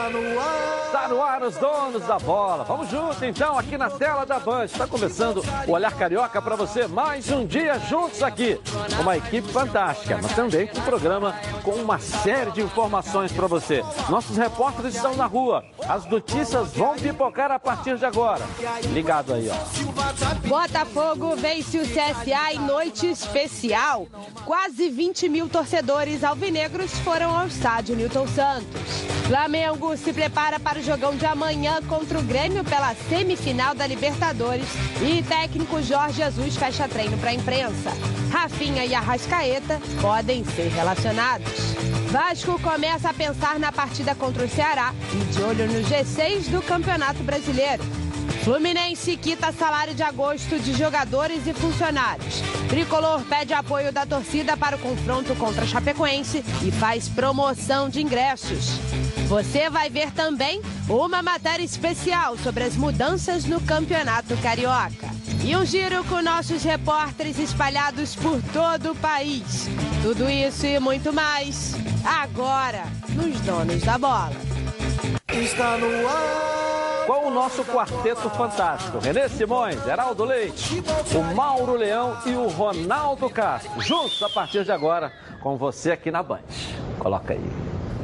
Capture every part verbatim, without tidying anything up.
Está no ar os donos da bola. Vamos junto então aqui na tela da Band. Está começando o Olhar Carioca para você. Mais um dia juntos aqui. Uma equipe fantástica, mas também com um programa com uma série de informações para você. Nossos repórteres estão na rua. As notícias vão pipocar a partir de agora. Ligado aí, ó. Botafogo vence o C S A em noite especial. Quase vinte mil torcedores alvinegros foram ao estádio Newton Santos. Flamengo se prepara para o jogão de amanhã contra o Grêmio pela semifinal da Libertadores e técnico Jorge Jesus fecha treino para a imprensa. Rafinha e Arrascaeta podem ser relacionados. Vasco começa a pensar na partida contra o Ceará e de olho no G seis do Campeonato Brasileiro. Fluminense quita salário de agosto de jogadores e funcionários. Tricolor pede apoio da torcida para o confronto contra a Chapecoense e faz promoção de ingressos. Você vai ver também uma matéria especial sobre as mudanças no Campeonato Carioca. E um giro com nossos repórteres espalhados por todo o país. Tudo isso e muito mais, agora, nos Donos da Bola. Está no ar. Com o nosso quarteto fantástico, Renê Simões, Heraldo Leite, o Mauro Leão e o Ronaldo Castro, juntos a partir de agora com você aqui na Band. Coloca aí.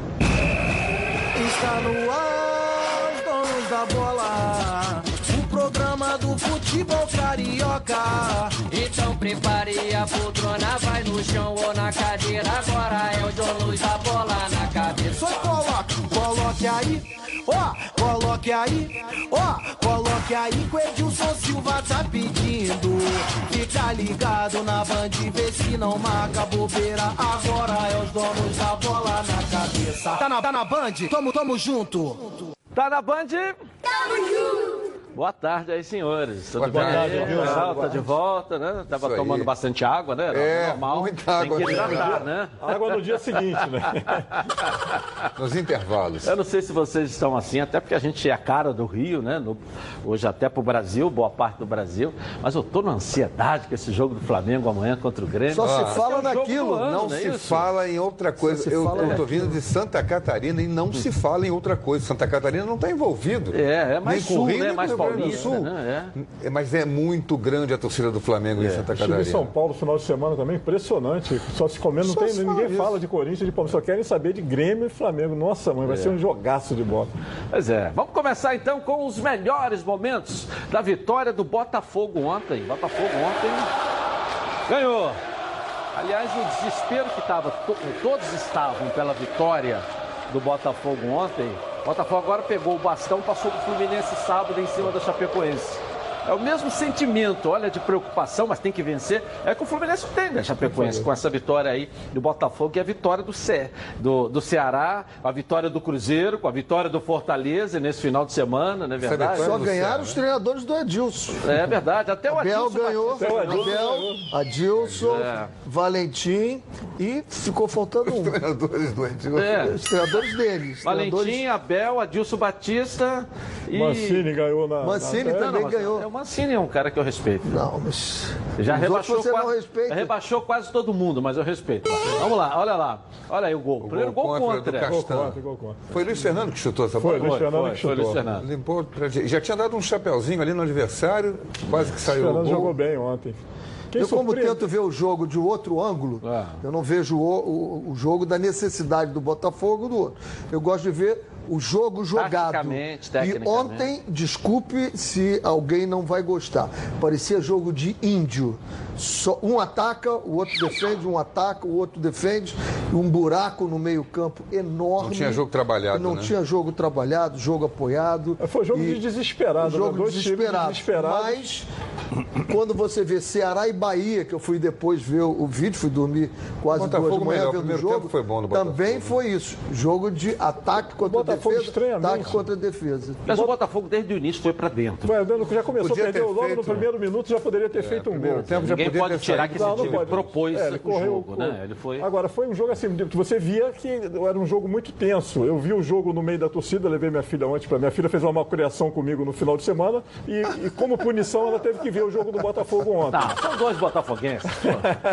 Está no ar, os Donos da Bola, o programa do futebol carioca. Então prepare a poltrona, vai no chão ou na cadeira. Agora é os Donos da Bola na cabeça. Só coloque, coloque aí. Ó, oh, coloque aí, ó, oh, coloque aí que o Edilson Silva tá pedindo. Fica ligado na Band, vê se não marca bobeira. Agora é os Donos da Bola na cabeça. Tá na, tá na Band? Tamo, tamo junto. Tá na Band? Tamo junto. Boa tarde aí, senhores. Tudo Boa bem? tarde, O pessoal tá de volta, né? Tava tomando bastante água, né? É, normal. muita água. Tem que hidratar, né? Água no dia seguinte, né? Nos intervalos. Eu não sei se vocês estão assim, até porque a gente é a cara do Rio, né? No, hoje até pro Brasil, boa parte do Brasil. Mas eu tô na ansiedade com esse jogo do Flamengo amanhã contra o Grêmio. Só se fala é um naquilo, ano, não, não é se isso? fala em outra coisa. Eu, fala... eu tô vindo de Santa Catarina e não se fala em outra coisa. Santa Catarina não está envolvido. É, é mais nem sul, Rio, né? Nem Mais Rio Grande do paulista, Sul. né? É. Mas é muito grande a torcida do Flamengo É. em Santa Estive Catarina. em São Paulo no final de semana também, impressionante. Só se comendo, não Só tem, se ninguém fala fala isso. de Corinthians, de Palmeiras, só querem saber de Grêmio e Flamengo. Nossa, mãe, vai É. ser um jogaço de bola. Pois é. Vamos começar então com os melhores momentos da vitória do Botafogo ontem. Botafogo ontem ganhou. Aliás, o desespero que estava, todos estavam pela vitória do Botafogo ontem. O Botafogo agora pegou o bastão, passou para o Fluminense sábado em cima da Chapecoense. É o mesmo sentimento, olha, de preocupação, mas tem que vencer. É que o Fluminense tem, né, Chapecoense, com essa vitória aí do Botafogo, e a vitória do, Ce... do, do Ceará, a vitória do Cruzeiro, com a vitória do Fortaleza nesse final de semana, não é verdade? Só ganharam os treinadores do Adilson. É verdade, até o Abel Adilson ganhou, Batista ganhou. Abel, Adilson, É. Valentim e ficou faltando um. Treinadores do Edilson. É. Os treinadores deles. Valentim, treinadores... Abel, Adilson Batista e... Mancini ganhou na... Mancini na... também Não, ganhou. é, o Mancini é um cara que eu respeito. Não, mas... Já Os rebaixou, outros você não quase, respeita. rebaixou quase todo mundo, mas eu respeito. Vamos lá, olha lá. Olha aí o gol. O Primeiro gol gol contra do contra. Gol Castan. contra, gol contra. Foi Luiz Fernando que chutou essa Foi, bola? Luiz Fernando Foi, que foi chutou. Luiz Fernando. Limpou pra... Já tinha dado um chapeuzinho ali no adversário, quase que Luiz saiu o Fernando gol. jogou bem ontem. Quem Eu, como surpreende- tento ver o jogo de outro ângulo, Ah. eu não vejo o, o, o jogo da necessidade do Botafogo do outro. Eu gosto de ver o jogo jogado. Taticamente, E tecnicamente. ontem, desculpe se alguém não vai gostar, parecia jogo de índio. Só um ataca, o outro defende, um ataca, o outro defende, e um buraco no meio-campo enorme. Não tinha jogo trabalhado, Não né? tinha jogo trabalhado, jogo apoiado. Foi jogo E- de desesperado, jogo né? Dois times desesperado. desesperados. Mas quando você vê Ceará e Bahia, que eu fui depois ver o, o vídeo, fui dormir quase Botafogo duas da manhã melhor, o vendo o primeiro jogo. tempo foi bom do Botafogo. Também foi isso. Jogo de ataque contra Botafogo defesa, estranhamente. ataque contra defesa. Mas o Botafogo desde o início foi pra dentro. Foi, já começou, Podia perdeu ter logo feito- no primeiro minuto, já poderia ter feito um primeiro gol. tempo já Ninguém podia pode ter tirar saído. que esse Não, não time pode. propôs É, ele o correu- jogo, né? Ele foi... Agora, foi um jogo assim, que você via que era um jogo muito tenso. Eu vi o jogo no meio da torcida, levei minha filha ontem para minha filha fez uma malcriação comigo no final de semana e, e como punição ela teve que ver o jogo do Botafogo ontem. Tá, são dois botafoguenses. pô.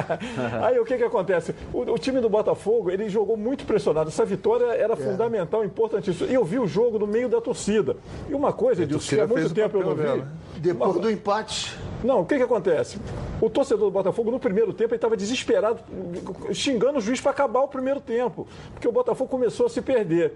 Aí o que que acontece? O, o time do Botafogo, ele jogou muito pressionado. Essa vitória era fundamental, importantíssima. isso. E eu vi o jogo no meio da torcida. E uma coisa, Edilson, que há muito tempo eu não vi. Depois do empate. Não, o que que acontece? O torcedor do Botafogo, no primeiro tempo, ele estava desesperado, xingando o juiz para acabar o primeiro tempo. Porque o Botafogo começou a se perder.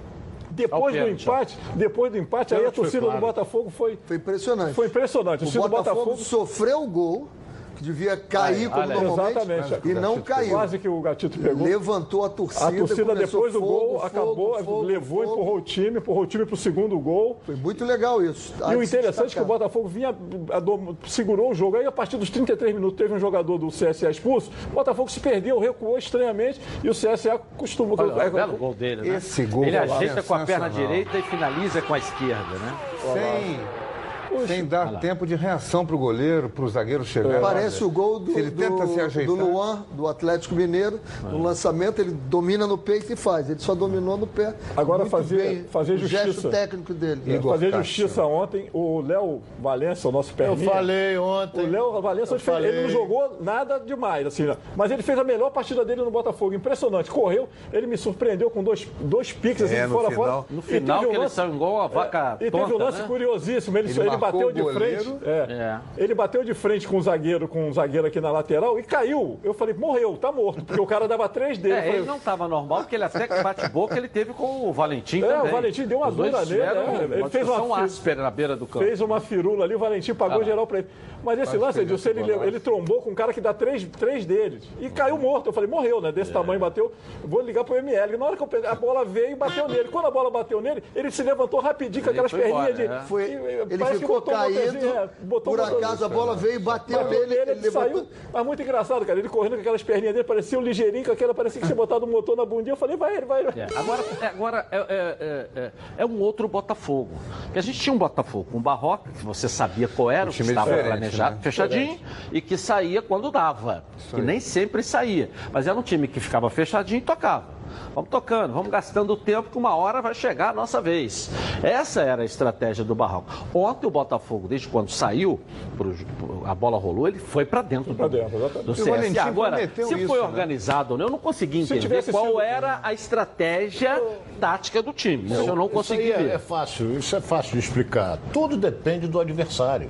Depois do empate, depois do empate, aí a torcida do Botafogo foi... Foi impressionante. Foi impressionante. O torcida do Botafogo sofreu o gol, que devia cair como normalmente, exatamente. e não caiu. Quase que o Gatito pegou. Levantou a torcida. A torcida depois do fogo, gol fogo, acabou, fogo, levou, fogo. empurrou o time, empurrou o time para o segundo gol. Foi muito legal isso. E o interessante é que o Botafogo vinha, a, a, segurou o jogo. Aí, a partir dos trinta e três minutos, teve um jogador do C S A expulso. O Botafogo se perdeu, recuou estranhamente e o C S A costumou... Olha, é, o belo gol dele, né? Esse gol ele é ajeita com a perna direita e finaliza com a esquerda, né? Sem... Sem dar tempo de reação para o goleiro, para o zagueiro chegar. Parece o gol do, ele tenta do, se ajeitar. do Luan, do Atlético Mineiro. No lançamento, ele domina no peito e faz. Ele só dominou no pé. Agora, Muito fazer, bem, fazer o justiça. gesto técnico dele. É, fazer justiça ontem. O Léo Valença, o nosso perninha. Eu falei ontem. O Léo Valença, fez, ele não jogou nada demais, assim, né? Mas ele fez a melhor partida dele no Botafogo. Impressionante. Correu, ele me surpreendeu com dois, dois piques, assim, é, fora final, fora. No final, que um lance, eles são igual a vaca é, tonta, E teve um lance né? curiosíssimo. Ele, Ele, ele bateu de frente. É. É. Ele bateu de frente com o zagueiro, com o zagueiro aqui na lateral e caiu. Eu falei, morreu, tá morto, porque o cara dava três dele. É, falei, ele não estava normal, porque ele até que bate-boca ele teve com o Valentim É, também. o Valentim deu uma Os dois dura nele, tiveram né? Ele uma fez uma discussão fi- áspera na beira do campo. Fez uma firula ali, o Valentim pagou Ah. geral pra ele. Mas esse lance, Edilson, ele, ele trombou com um cara que dá três, três deles. E caiu morto. Eu falei, morreu, né? Desse é. tamanho, bateu. Vou ligar pro M L. Na hora que eu peguei, a bola veio e bateu nele. Quando a bola bateu nele, ele se levantou rapidinho com Ele aquelas foi perninhas embora, de... é. Foi, e- ele parece que ficou botou um caído, botãozinho, é, botou por um botãozinho. acaso a bola veio e bateu Bateu nele, nele, ele ele saiu. levantou. Mas muito engraçado, cara. Ele correndo com aquelas perninhas dele, parecia um ligeirinho, com aquela, parecia que tinha botado um motor na bundinha. Eu falei, vai, ele vai. É, agora é, agora é, é, é, é um outro Botafogo. Porque a gente tinha um Botafogo, um Barroca, que você sabia qual era, o que estava planejado, né? fechadinho, e que saía quando dava. E nem sempre saía. Mas era um time que ficava fechadinho e tocava. Vamos tocando, vamos gastando o tempo que uma hora vai chegar a nossa vez. Essa era a estratégia do Barroca. Ontem o Botafogo, desde quando saiu, pro, a bola rolou, ele foi para dentro, Pra do, dentro, exatamente. do E o Valentim C S A. Agora, prometeu se isso, foi né? organizado ou não, eu não consegui entender tivesse qual sido- era a estratégia tática do time. Isso eu não consegui Isso aí ver. é, é fácil, isso é fácil de explicar. Tudo depende do adversário.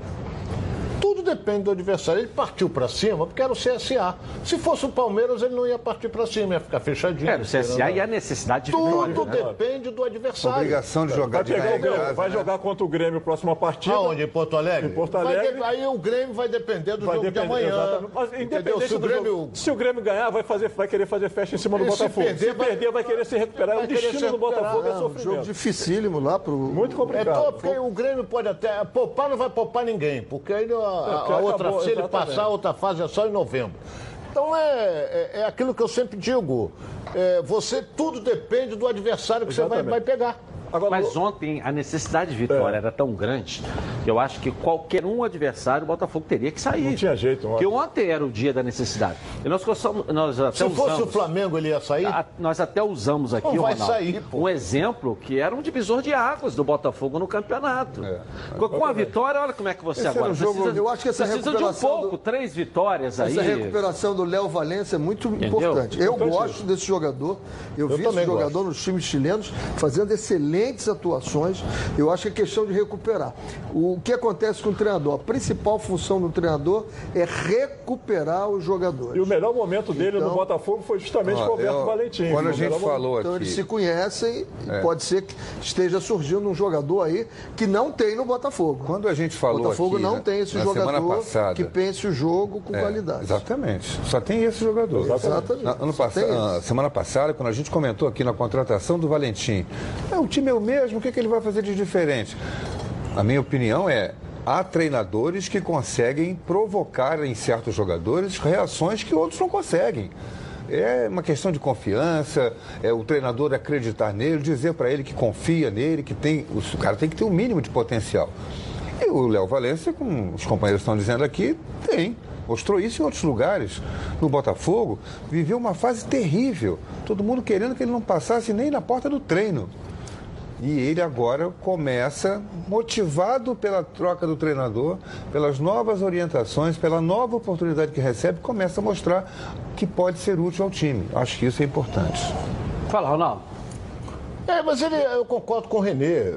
Tudo depende do adversário. Ele partiu para cima porque era o C S A. Se fosse o Palmeiras, ele não ia partir para cima, ia ficar fechadinho. Era o C S A e a necessidade de vitória. Tudo né? depende do adversário. Obrigação de jogar Vai, de pegar o ganhar em Grêmio, casa, vai né? jogar contra o Grêmio próxima partida. Aonde? Em Porto Alegre? Em Porto Vai Alegre. de- aí o Grêmio vai depender do Vai jogo depender, de amanhã. exatamente. Mas Entendeu? independente Se o do Grêmio... jogo, se o Grêmio ganhar, vai, fazer, vai querer fazer festa em cima do E se Botafogo. perder, se vai- perder, vai querer se recuperar. vai O querer se destino do recuperar. Botafogo é Não, um jogo sofrimento. dificílimo lá pro. Muito É, complicado. pô, porque o Grêmio pode até... Poupar não vai poupar ninguém, porque aí a, a- porque a outra, acabou, se ele exatamente. passar, a outra fase é só em novembro. Então é, é, é aquilo que eu sempre digo. É, você, tudo depende do adversário que você vai, Exatamente. vai pegar. Agora, Mas ontem a necessidade de vitória É. era tão grande que eu acho que qualquer um adversário o Botafogo teria que sair. Não tinha jeito, Porque ontem era o dia da necessidade. E nós, gostamos, nós até Se fosse usamos, o Flamengo, ele ia sair? a- nós até usamos aqui, Não vai Ronaldo, sair, pô. um exemplo que era um divisor de águas do Botafogo no campeonato. É. Com, com a vitória, olha como é que você Esse agora era um jogo- precisa, eu acho que essa precisa de um recuperação pouco, do- três vitórias aí. Essa recuperação do Léo Valença é muito importante. Eu gosto desse jogador. Eu, Eu vi esse também jogador nos times chilenos fazendo excelentes atuações. Eu acho que é questão de recuperar. O que acontece com o treinador? A principal função do treinador é recuperar os jogadores. E o melhor momento dele Então- no Botafogo foi justamente Ó, com o Alberto eu- Valentim. Quando a O gente melhor momento. falou Então eles se aqui, conhecem e pode ser que esteja surgindo um jogador aí que não tem no Botafogo. quando a gente O falou Botafogo aqui, não né, tem esse na semana jogador passada, que pense o jogo com É, qualidade. Exatamente. Só tem esse jogador. Exatamente. Na, ano Só passa- tem ah, esse. semana passada, quando a gente comentou aqui na contratação do Valentim, é, o time é o mesmo, o que, que ele vai fazer de diferente? A minha opinião é, há treinadores que conseguem provocar em certos jogadores reações que outros não conseguem. É uma questão de confiança, é o treinador acreditar nele, dizer para ele que confia nele, que tem, o cara tem que ter um mínimo de potencial. E o Léo Valença, como os companheiros estão dizendo aqui, tem. Mostrou isso em outros lugares. No Botafogo, viveu uma fase terrível. Todo mundo querendo que ele não passasse nem na porta do treino. E ele agora começa, motivado pela troca do treinador, pelas novas orientações, pela nova oportunidade que recebe, começa a mostrar que pode ser útil ao time. Acho que isso é importante. Fala, Ronaldo. É, mas ele, eu concordo com o Renê.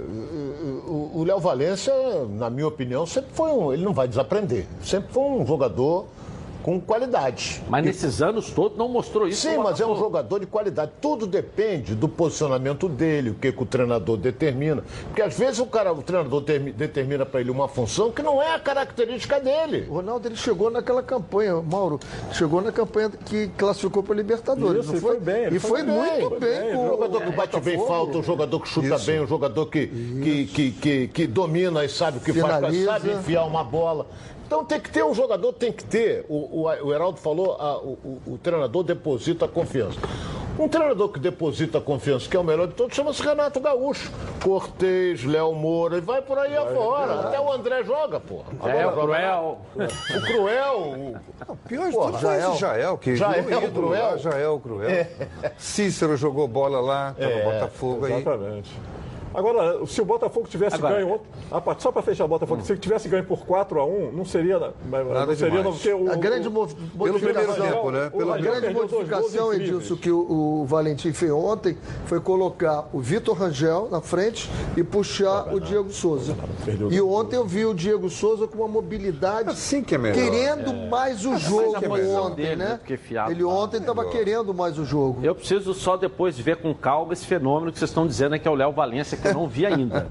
O Léo Valência, na minha opinião, sempre foi um... Ele não vai desaprender. Sempre foi um jogador com qualidade. Mas nesses anos todos não mostrou isso. Sim, mas é um jogador de qualidade. Tudo depende do posicionamento dele, o que, que o treinador determina. Porque às vezes o, cara, o treinador termi, determina para ele uma função que não é a característica dele. O Ronaldo, ele chegou naquela campanha, Mauro, chegou na campanha que classificou para a Libertadores. Isso, não foi? foi bem. E foi, foi muito bem. bem. bem. O jogador que bate bem falta, o jogador que chuta Isso. bem, o jogador que, que, que, que, que domina e sabe o que Finaliza. faz, sabe enfiar uma bola. Então tem que ter, um jogador tem que ter, o, o, o Heraldo falou, a, o, o, o treinador deposita confiança. Um treinador que deposita confiança, que é o melhor de todos, chama-se Renato Gaúcho. Cortez, Léo Moura, e vai por aí afora. Até o André joga, porra. É, o Cruel. O Cruel. O... Não, pior de tudo foi esse Jael, que Jael, virou ídolo Cruel. lá, Jael, Cruel. É. Cícero jogou bola lá, tá no É, Botafogo aí. Exatamente. Agora, se o Botafogo tivesse Agora, ganho ontem, ah, só para fechar o Botafogo, hum. se ele tivesse ganho por quatro a um, não seria nada não seria demais. Não, o, a grande o, pelo primeiro tempo, né? Pelo a grande modificação, Edilson, que o, o Valentim fez ontem foi colocar o Vitor Rangel na frente e puxar o Diego Souza. E ontem eu vi o Diego Souza com uma mobilidade, assim que é melhor. querendo é. mais o Mas jogo a posição ontem, dele, né? porque fiado, Ele ontem estava melhor. querendo mais o jogo. Eu preciso só depois ver com calma esse fenômeno que vocês estão dizendo que é o Léo Valência, que eu não vi ainda.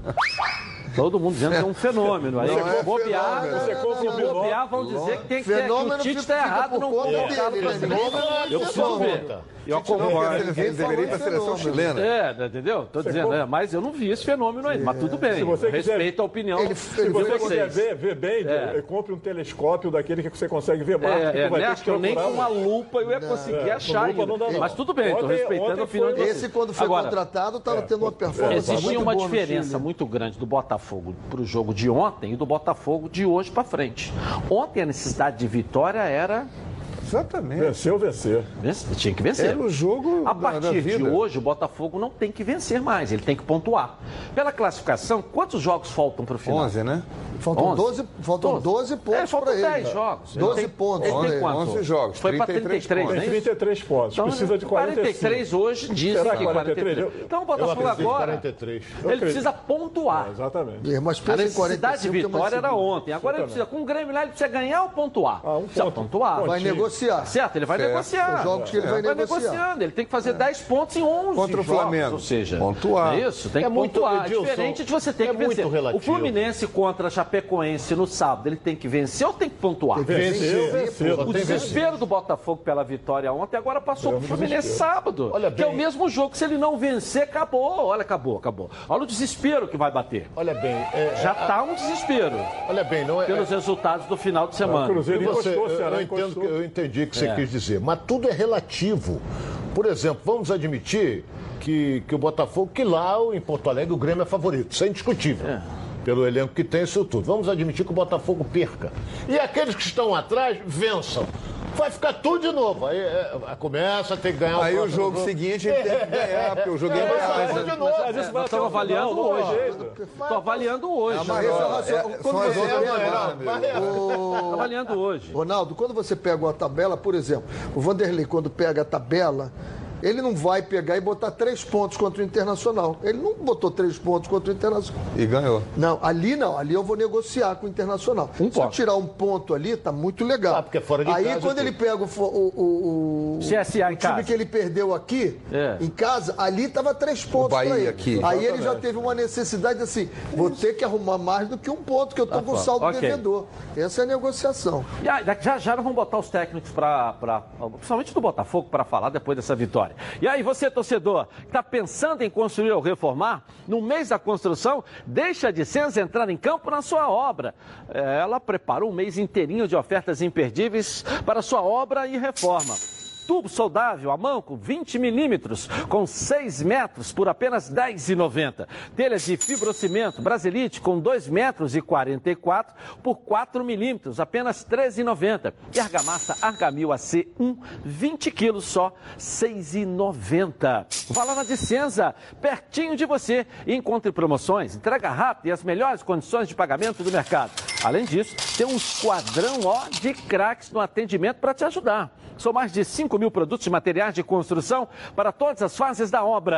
Todo mundo dizendo que é um fenômeno. Aí, Não é bobear, fenômeno. você Não, não, não, bobear, vão dizer que tem que ter, que Fenômeno o Tite fica- está errado, fica não por conta colocaram dele, para né? seleção. Ninguém Eu preciso ver. Eu concordo. Ele deveria ir para a seleção chilena. É, entendeu? Estou dizendo, é, mas eu não vi esse fenômeno ainda. Mas tudo bem. Se você eu quiser- respeito a opinião Ele- de Se você quiser vocês. ver, ver bem, É. compre um telescópio daquele que você consegue ver mais. É, que é, tu vai ter Ernesto, que nem com procurar. uma lupa eu ia conseguir É, achar com lupa ainda. não dá, não. Mas tudo bem, estou Ontem- respeitando ontem a opinião de foi- vocês. Esse, quando foi Agora, contratado, estava tendo uma performance existia muito uma boa no diferença Chile. muito grande do Botafogo para o jogo de ontem e do Botafogo de hoje para frente. Ontem a necessidade de vitória era... Exatamente. Vencer ou vencer. vencer, tinha que vencer. Era o jogo A da- partir da de vida. hoje, o Botafogo não tem que vencer mais, ele tem que pontuar. Pela classificação, quantos jogos faltam para o final? onze, né? Faltam onze. doze, faltam doze pontos É, faltam para ele. dez jogos. Ele doze tem- pontos. ele tem onze, quanto? onze jogos, Foi para trinta e três trinta e três, Tem não é isso? trinta e três pontos. Então, Precisa de quarenta e cinco. quarenta e três hoje dizem Será que quarenta e três? quarenta e três. Então o Eu Botafogo acredito em agora, quarenta e três. Eu ele acredito. precisa pontuar. É, exatamente. É, mas A pensa em necessidade de quarenta e cinco, que é mais vitória era seguro. ontem. Agora ele precisa, com o Grêmio lá, ele precisa ganhar ou pontuar? Ah, um precisa ponto. pontuar. Vai Pontinho. negociar. Certo, ele vai Certo. negociar. Os jogos que ele vai negociar. negociando. Ele tem que fazer dez pontos em onze Contra o jogos, Flamengo. ou seja, Pontuar. é isso, tem que É muito, pontuar. Edilson, Diferente de você ter é que vencer. muito relativo. O Fluminense contra a Chapecoense no sábado, ele tem que vencer ou tem que pontuar? Vencer, vencer. O desespero do Botafogo pela vitória ontem agora passou É pro um Fluminense desespero. sábado. Olha que é o bem. mesmo jogo, que se ele não vencer, acabou. Olha, acabou, acabou. Olha o desespero que vai bater. Olha bem, é, Já tá um desespero olha bem, não é... pelos resultados do final de O semana. Cruzeiro E você, encostou, o eu, Ceará eu entendo encostou. que, eu entendi o que você É. quis dizer, mas tudo é relativo. Por exemplo, vamos admitir que, que o Botafogo, que lá em Porto Alegre o Grêmio é favorito, isso é indiscutível. É. Pelo elenco que tem, isso tudo. Vamos admitir que o Botafogo perca. E aqueles que estão atrás vençam. Vai ficar tudo de novo. Aí é, começa a ter que ganhar Aí o próximo jogo seguinte ele tem que ganhar, porque o jogo é É, em vai casa. tudo de Mas, novo. mas isso vai Nós até estamos o avaliando final, não tem hoje. jeito. Estou avaliando hoje. Mas esse é o raciocínio. É, Quando são as você outras pega- semanas, meu. Estou avaliando hoje. Ronaldo, quando você pega uma tabela, por exemplo, o Vanderlei, quando pega a tabela, ele não vai pegar e botar três pontos contra o Internacional. Ele não botou três pontos contra o Internacional. E ganhou. Não, ali não, ali eu vou negociar com o Internacional. Um Se eu ponto. tirar um ponto ali, tá muito legal. Ah, porque é fora de Aí casa quando e ele tudo. pega o, fo- o, o, o, C S A o em time casa. que ele perdeu aqui, É. em casa, ali tava três pontos Bahia pra ele. aqui. Aí ele já teve uma necessidade assim, vou ter que arrumar mais do que um ponto, que eu tô com bom. saldo Ok. devedor. Essa é a negociação. E aí, já já nós vamos botar os técnicos para, principalmente do Botafogo, para falar depois dessa vitória. E aí, você, torcedor, que está pensando em construir ou reformar, no mês da construção, deixa a Dicenza entrar em campo na sua obra. É, Ela preparou um mês inteirinho de ofertas imperdíveis para sua obra e reforma. Tubo soldável a manco, vinte milímetros, com seis metros por apenas dez reais e noventa centavos. Telhas de fibrocimento Brasilite com dois metros e quarenta e quatro por quatro milímetros, apenas treze reais e noventa centavos. E argamassa Argamil A C um, vinte quilos só, seis reais e noventa centavos. Vá lá na Dicenza, pertinho de você, e encontre promoções, entrega rápida e as melhores condições de pagamento do mercado. Além disso, tem um esquadrão ó, de craques no atendimento para te ajudar. São mais de cinco mil produtos e materiais de construção para todas as fases da obra.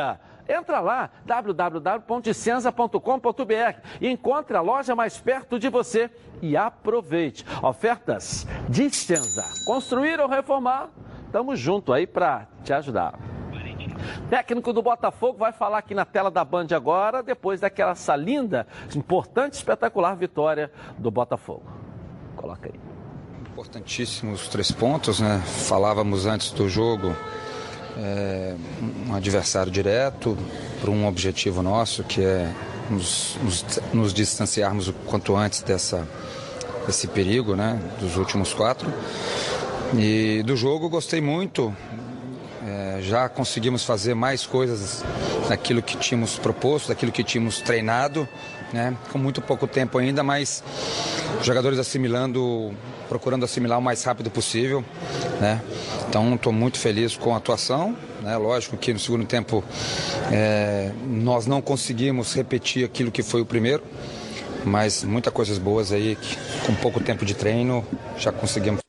Entra lá, w w w ponto dicenza ponto com ponto b r e encontre a loja mais perto de você e aproveite. Ofertas Dicenza. Construir ou reformar, estamos junto aí para te ajudar. Técnico do Botafogo vai falar aqui na tela da Band agora, depois daquela essa linda, importante, espetacular vitória do Botafogo. Coloca aí. Importantíssimos três pontos, né? Falávamos antes do jogo, é, um adversário direto para um objetivo nosso, que é nos, nos, nos distanciarmos o quanto antes dessa, desse perigo, né? Dos últimos quatro. E do jogo gostei muito. É, já conseguimos fazer mais coisas daquilo que tínhamos proposto, daquilo que tínhamos treinado, né? Com muito pouco tempo ainda, mas os jogadores assimilando, procurando assimilar o mais rápido possível, né? Então estou muito feliz com a atuação, né? Lógico que no segundo tempo é, nós não conseguimos repetir aquilo que foi o primeiro, mas muitas coisas boas aí, que, com pouco tempo de treino já conseguimos.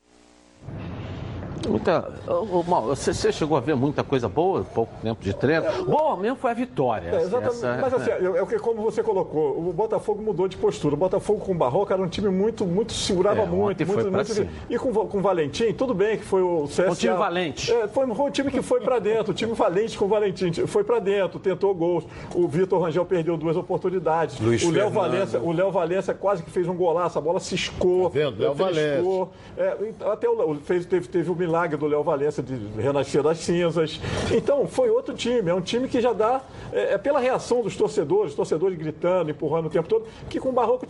Muita, oh, oh, você, você chegou a ver muita coisa boa, pouco tempo de treino. É, boa mesmo foi a vitória. É, exatamente. Essa, mas assim, é, é o que, como você colocou, o Botafogo mudou de postura. O Botafogo com o Barroca era um time muito, muito segurava é, muito, muito, muito. E com, com o Valentim, tudo bem que foi o C S A. Um time valente. É, foi, foi um time que foi para dentro, o time valente com o Valentim. Foi para dentro, tentou gols. O Vitor Rangel perdeu duas oportunidades. Luiz o Léo Valência, o Léo Valência quase que fez um golaço, a bola ciscou. Tá vendo? Léo Valência. É, até o, fez, teve, teve o milagre do Léo Valência de renascer das cinzas. Então, foi outro time. É um time que já dá, é, é pela reação dos torcedores, torcedores gritando, empurrando o tempo todo, que com o Barroco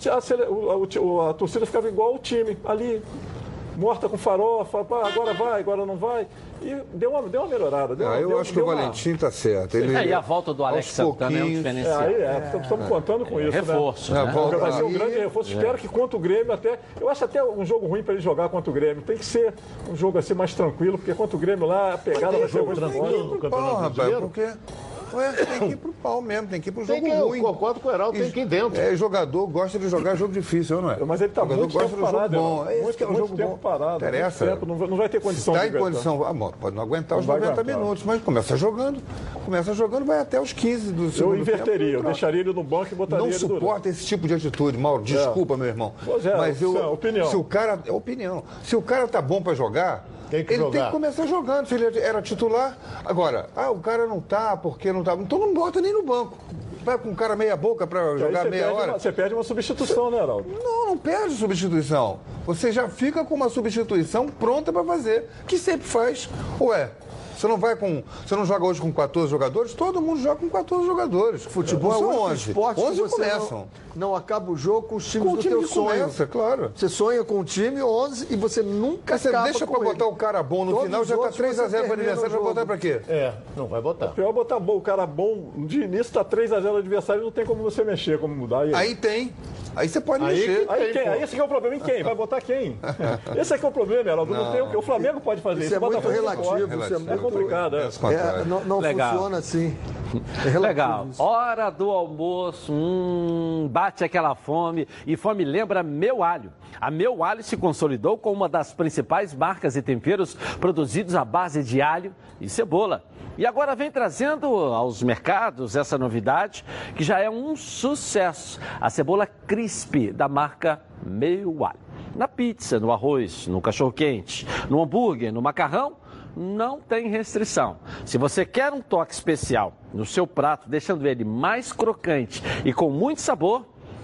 a, a, a, a torcida ficava igual ao time, ali, morta com farofa, pá, agora vai, agora não vai. E deu uma, deu uma melhorada. Deu, ah, eu deu, acho que o Valentim está certo. Ele, é, e a volta do Alex Santana é um diferencial. É, é, estamos é, contando com é, isso, reforço, né? né? Volta, vai ser um grande reforço. É. Espero que contra o Grêmio até... Eu acho até um jogo ruim para ele jogar contra o Grêmio. Tem que ser um jogo assim mais tranquilo, porque contra o Grêmio lá, a pegada vai ser muito tranquilo no Campeonato Brasileiro. Porque... Ué, tem que ir pro pau mesmo, tem que ir pro jogo tem que, ruim. Eu concordo com o Heraldo, tem que ir dentro. É, jogador gosta de jogar jogo difícil, não é? Mas ele tá muito gosta tempo parado. Bom. É muito, que é um muito jogo tempo bom. parado. Interessa. Tempo, não, vai, não vai ter condição Está de em condição, ah, bom, pode não aguentar não os noventa aguentar. minutos, mas começa jogando. Começa jogando, vai até os quinze do segundo Eu inverteria, tempo, eu deixaria ele no banco e botaria não ele suporta durante. Esse tipo de atitude, Mauro. Desculpa, é. meu irmão. Pois é, mas eu, é opinião. Se o cara, é opinião. Se o cara tá bom para jogar, tem que ele jogar. tem que começar jogando. Se ele era titular, agora, ah, o cara não tá, porque não tá. Então não bota nem no banco. Vai com um cara meia boca para jogar meia hora. Uma, você perde uma substituição, né, Heraldo? Não, não perde substituição. Você já fica com uma substituição pronta para fazer, que sempre faz. Ué, você não vai com. Você não joga hoje com quatorze jogadores? Todo mundo joga com quatorze jogadores. Futebol são é um onze. esporte onze que você começam. Não, não acaba o jogo com os times com o do time teu que sonho. Começa, claro. Você sonha com o time onze e você nunca Mas você acaba deixa com para ele. botar o cara bom no Todos final, já tá três a zero para o adversário, vai botar para quê? É, não vai botar. O pior é botar bom, o cara bom, de início tá três a zero o adversário, não tem como você mexer, como mudar. Aí, aí tem. Aí você pode aí, mexer. Aí, tem, quem? aí esse que é o problema em quem? Vai botar quem? Esse é que é o problema, Heraldo. Não, não tem o que o Flamengo pode fazer. Isso é muito relativo. Isso é muito complicado. É, é, não não funciona assim. É Legal. Isso. Hora do almoço. Hum, bate aquela fome. E fome lembra Meu Alho. A Meu Alho se consolidou como uma das principais marcas e temperos produzidos à base de alho e cebola. E agora vem trazendo aos mercados essa novidade, que já é um sucesso. A cebola crisp da marca Meu Alho. Na pizza, no arroz, no cachorro-quente, no hambúrguer, no macarrão, não tem restrição. Se você quer um toque especial no seu prato, deixando ele mais crocante e com muito sabor,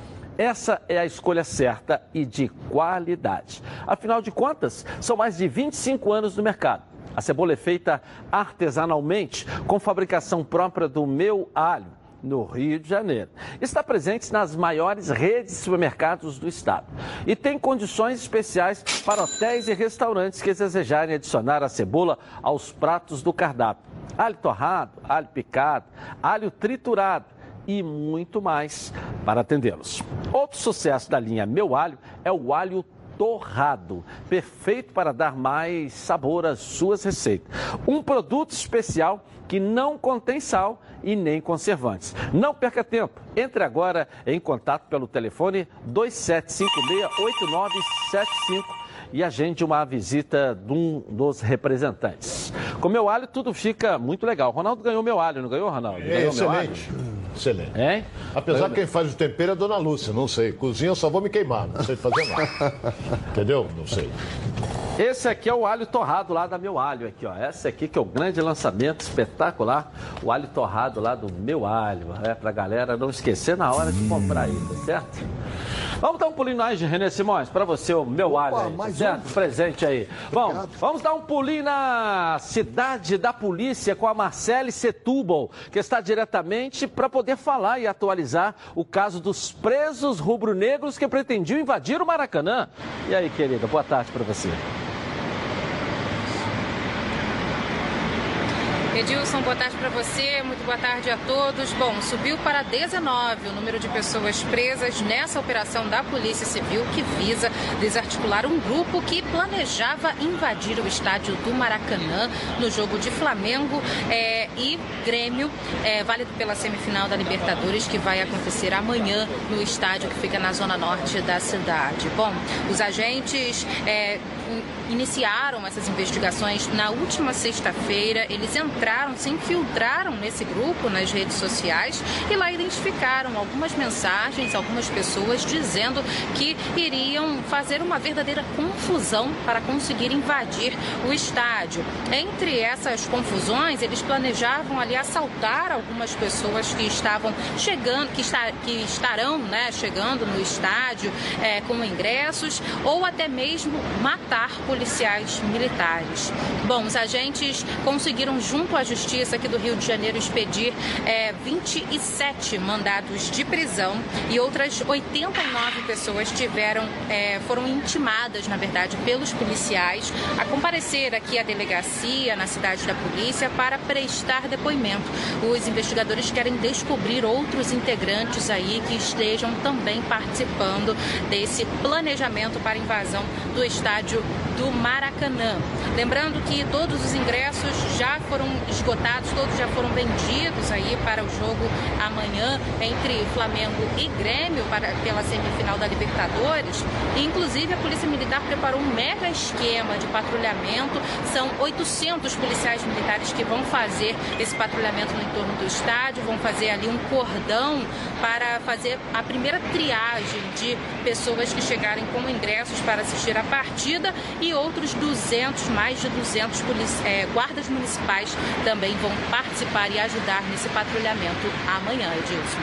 essa é a escolha certa e de qualidade. Afinal de contas, são mais de vinte e cinco anos no mercado. A cebola é feita artesanalmente, com fabricação própria do Meu Alho, no Rio de Janeiro. Está presente nas maiores redes de supermercados do estado. E tem condições especiais para hotéis e restaurantes que desejarem adicionar a cebola aos pratos do cardápio. Alho torrado, alho picado, alho triturado e muito mais para atendê-los. Outro sucesso da linha Meu Alho é o alho torrado, perfeito para dar mais sabor às suas receitas. Um produto especial que não contém sal e nem conservantes. Não perca tempo. Entre agora em contato pelo telefone dois sete cinco seis, oito nove sete cinco e agende uma visita de um dos representantes. Com meu alho tudo fica muito legal. O Ronaldo ganhou meu alho, não ganhou, Ronaldo? É Ganhou excelente. Excelente. É? Apesar que quem faz o tempero é a Dona Lúcia, não sei. Cozinha eu só vou me queimar, não sei fazer nada. Entendeu? Não sei. Esse aqui é o alho torrado lá da Meu Alho, aqui, ó. Esse aqui que é o grande lançamento espetacular, o alho torrado lá do Meu Alho, é pra galera não esquecer na hora de comprar aí, tá certo? Vamos dar um pulinho na de René Simões, pra você, o Meu Opa, Alho aí, tá mais certo? um. Presente aí. Bom, Obrigado. vamos dar um pulinho na cidade da polícia com a Marcele Setúbal, que está diretamente para poder falar e atualizar o caso dos presos rubro-negros que pretendiam invadir o Maracanã. E aí, querida, boa tarde para você. Edilson, boa tarde para você, muito boa tarde a todos. Bom, subiu para dezenove o número de pessoas presas nessa operação da Polícia Civil que visa desarticular um grupo que planejava invadir o estádio do Maracanã no jogo de Flamengo é, e Grêmio, é, válido pela semifinal da Libertadores, que vai acontecer amanhã no estádio que fica na zona norte da cidade. Bom, os agentes é, iniciaram essas investigações na última sexta-feira. Eles entraram, se infiltraram nesse grupo nas redes sociais e lá identificaram algumas mensagens, algumas pessoas dizendo que iriam fazer uma verdadeira confusão para conseguir invadir o estádio. Entre essas confusões, eles planejavam ali assaltar algumas pessoas que estavam chegando, que, está, que estarão né, chegando no estádio é, com ingressos, ou até mesmo matar policiais militares. Bom, os agentes conseguiram, junto à Justiça aqui do Rio de Janeiro, expedir é, vinte e sete mandados de prisão e outras oitenta e nove pessoas tiveram, é, foram intimadas, na verdade, pelos policiais a comparecer aqui à delegacia, na cidade da polícia, para prestar depoimento. Os investigadores querem descobrir outros integrantes aí que estejam também participando desse planejamento para a invasão do estádio do Maracanã. Lembrando que todos os ingressos já foram esgotados, todos já foram vendidos aí para o jogo amanhã entre Flamengo e Grêmio para, pela semifinal da Libertadores. E, inclusive, a Polícia Militar preparou um mega esquema de patrulhamento. São oitocentos policiais militares que vão fazer esse patrulhamento no entorno do estádio, vão fazer ali um cordão para fazer a primeira triagem de pessoas que chegarem com ingressos para assistir a partida, e outros duzentos, mais de duzentos polici- é, guardas municipais também vão participar e ajudar nesse patrulhamento amanhã, Edilson.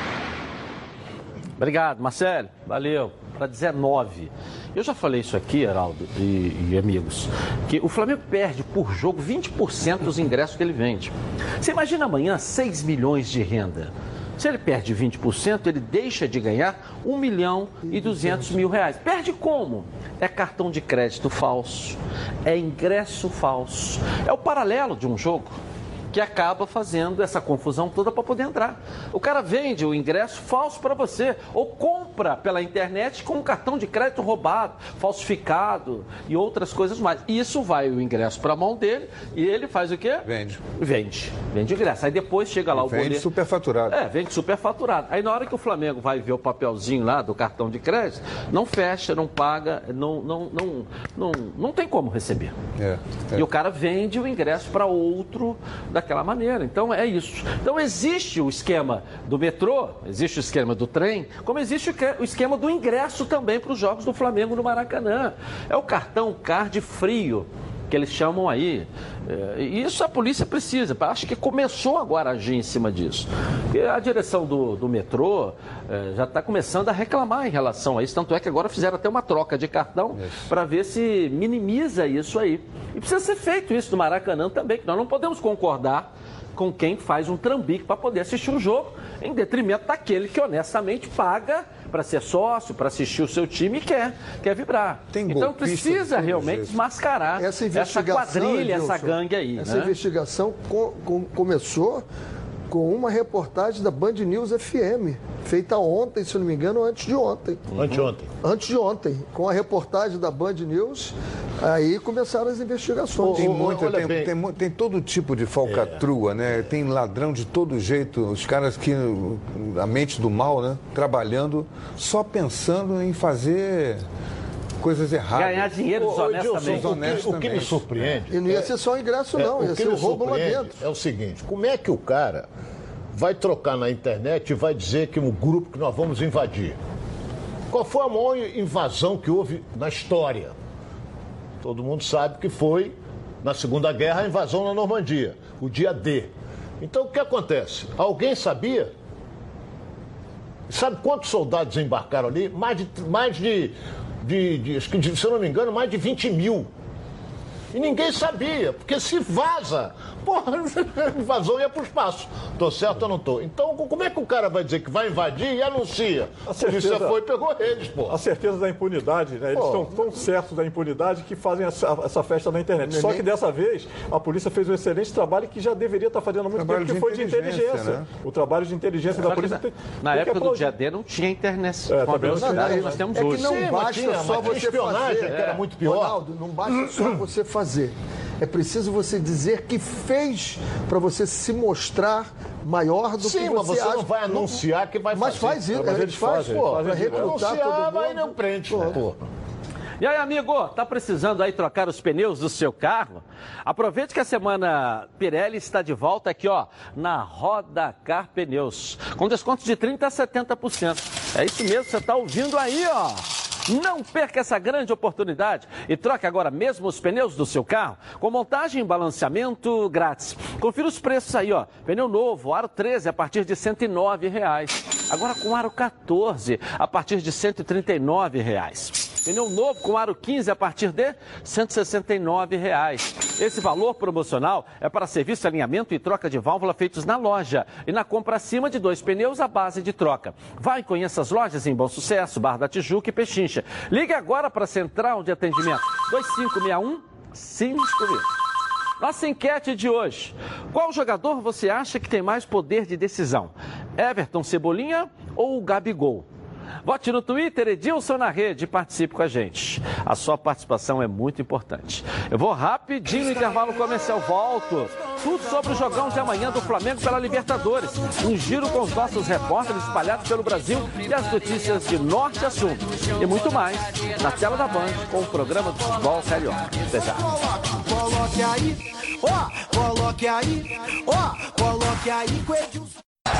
Obrigado, Marcelo. Valeu. Para dezenove. Eu já falei isso aqui, Heraldo e, e amigos, que o Flamengo perde por jogo vinte por cento dos ingressos que ele vende. Você imagina amanhã seis milhões de renda. Se ele perde vinte por cento, ele deixa de ganhar um milhão e duzentos mil reais. Perde como? É cartão de crédito falso, é ingresso falso, é o paralelo de um jogo que acaba fazendo essa confusão toda para poder entrar. O cara vende o ingresso falso para você, ou compra pela internet com um cartão de crédito roubado, falsificado e outras coisas mais. Isso vai o ingresso para a mão dele e ele faz o quê? Vende. Vende. Vende o ingresso. Aí depois chega lá o boleto. Vende superfaturado. É, vende superfaturado. Aí na hora que o Flamengo vai ver o papelzinho lá do cartão de crédito, não fecha, não paga, não, não, não, não, não tem como receber. É, é. E o cara vende o ingresso para outro daquela maneira. Então é isso. Então existe o esquema do metrô, existe o esquema do trem, como existe o esquema do ingresso também para os jogos do Flamengo no Maracanã. É o cartão card frio, que eles chamam aí. E isso a polícia precisa. Acho que começou agora a agir em cima disso. E a direção do, do metrô eh, já está começando a reclamar em relação a isso. Tanto é que agora fizeram até uma troca de cartão para ver se minimiza isso aí. E precisa ser feito isso no Maracanã também, que nós não podemos concordar com quem faz um trambique para poder assistir um jogo, em detrimento daquele que honestamente paga para ser sócio, para assistir o seu time e quer, quer vibrar. Tem então golpista precisa de realmente jeito. desmascarar Essa, essa quadrilha, Edilson, essa gangue aí. Essa né? investigação co- com- começou com uma reportagem da Band News F M, feita ontem, se não me engano, antes de ontem. Anteontem. Antes de ontem, com a reportagem da Band News, aí começaram as investigações. Tem, Ô, ô, muita, olha tem, bem. tem, mu- tem todo tipo de falcatrua, né? Tem ladrão de todo jeito, os caras que, a mente do mal, né? Trabalhando, só pensando em fazer coisas erradas. Ganhar dinheiro desonestamente. O, que, o que me surpreende... E não ia ser só ingresso, não. É, ia o que ser me o roubo lá dentro. É o seguinte, como é que o cara vai trocar na internet e vai dizer que um grupo que nós vamos invadir? Qual foi a maior invasão que houve na história? Todo mundo sabe que foi, na Segunda Guerra, a invasão na Normandia, o dia D. Então, o que acontece? Alguém sabia? Sabe quantos soldados embarcaram ali? Mais de, mais de, de, de, de se eu não me engano, mais de vinte mil. E ninguém sabia, porque se vaza, porra, a invasão ia para o espaço. Tô certo ou não tô? Então, como é que o cara vai dizer que vai invadir e anuncia? A polícia foi e pegou eles, pô. A certeza da impunidade, né? Eles estão tão certos da impunidade que fazem essa, essa festa na internet. Neném. Só que dessa vez, a polícia fez um excelente trabalho que já deveria estar fazendo há muito tempo, que foi de inteligência. Né? O trabalho de inteligência da polícia. Tem, na época do dia D não tinha internet. É, com a velocidade que nós temos é hoje. Que não Sim, basta tinha, só você espionagem, fazer. Que era muito pior. Ronaldo, não basta só você fazer. É preciso você dizer que fez para você se mostrar maior do Sim, que você mas você acha. não vai anunciar que vai fazer. Mas faz isso, mas eles fazem, pô, para recrutar anunciar, todo mundo. vai não prende, pô. E aí, amigo, tá precisando aí trocar os pneus do seu carro? Aproveite que a semana Pirelli está de volta aqui, ó, na Rodacar Pneus, com desconto de trinta por cento a setenta por cento. É isso mesmo, você tá ouvindo aí, ó. Não perca essa grande oportunidade e troque agora mesmo os pneus do seu carro com montagem e balanceamento grátis. Confira os preços aí, ó. Pneu novo, aro treze a partir de cento e nove reais. Agora com aro quatorze a partir de cento e trinta e nove reais. Pneu novo com aro quinze a partir de cento e sessenta e nove reais. Esse valor promocional é para serviço, alinhamento e troca de válvula feitos na loja e na compra acima de dois pneus à base de troca. Vai e conheça as lojas em Bom Sucesso, Barra da Tijuca e Pechincha. Ligue agora para a Central de Atendimento dois cinco seis um cinco mil. Nossa enquete de hoje: qual jogador você acha que tem mais poder de decisão? Everton, Cebolinha ou Gabigol? Vote no Twitter, Edilson na Rede, e participe com a gente. A sua participação é muito importante. Eu vou rapidinho no intervalo comercial, volto. Tudo sobre o jogão de amanhã do Flamengo pela Libertadores. Um giro com os nossos repórteres espalhados pelo Brasil e as notícias de norte a sul. E muito mais na tela da Band com o programa do Futebol Carioca. Até já. Coloque aí, ó, coloque aí, ó, coloque aí com Edilson.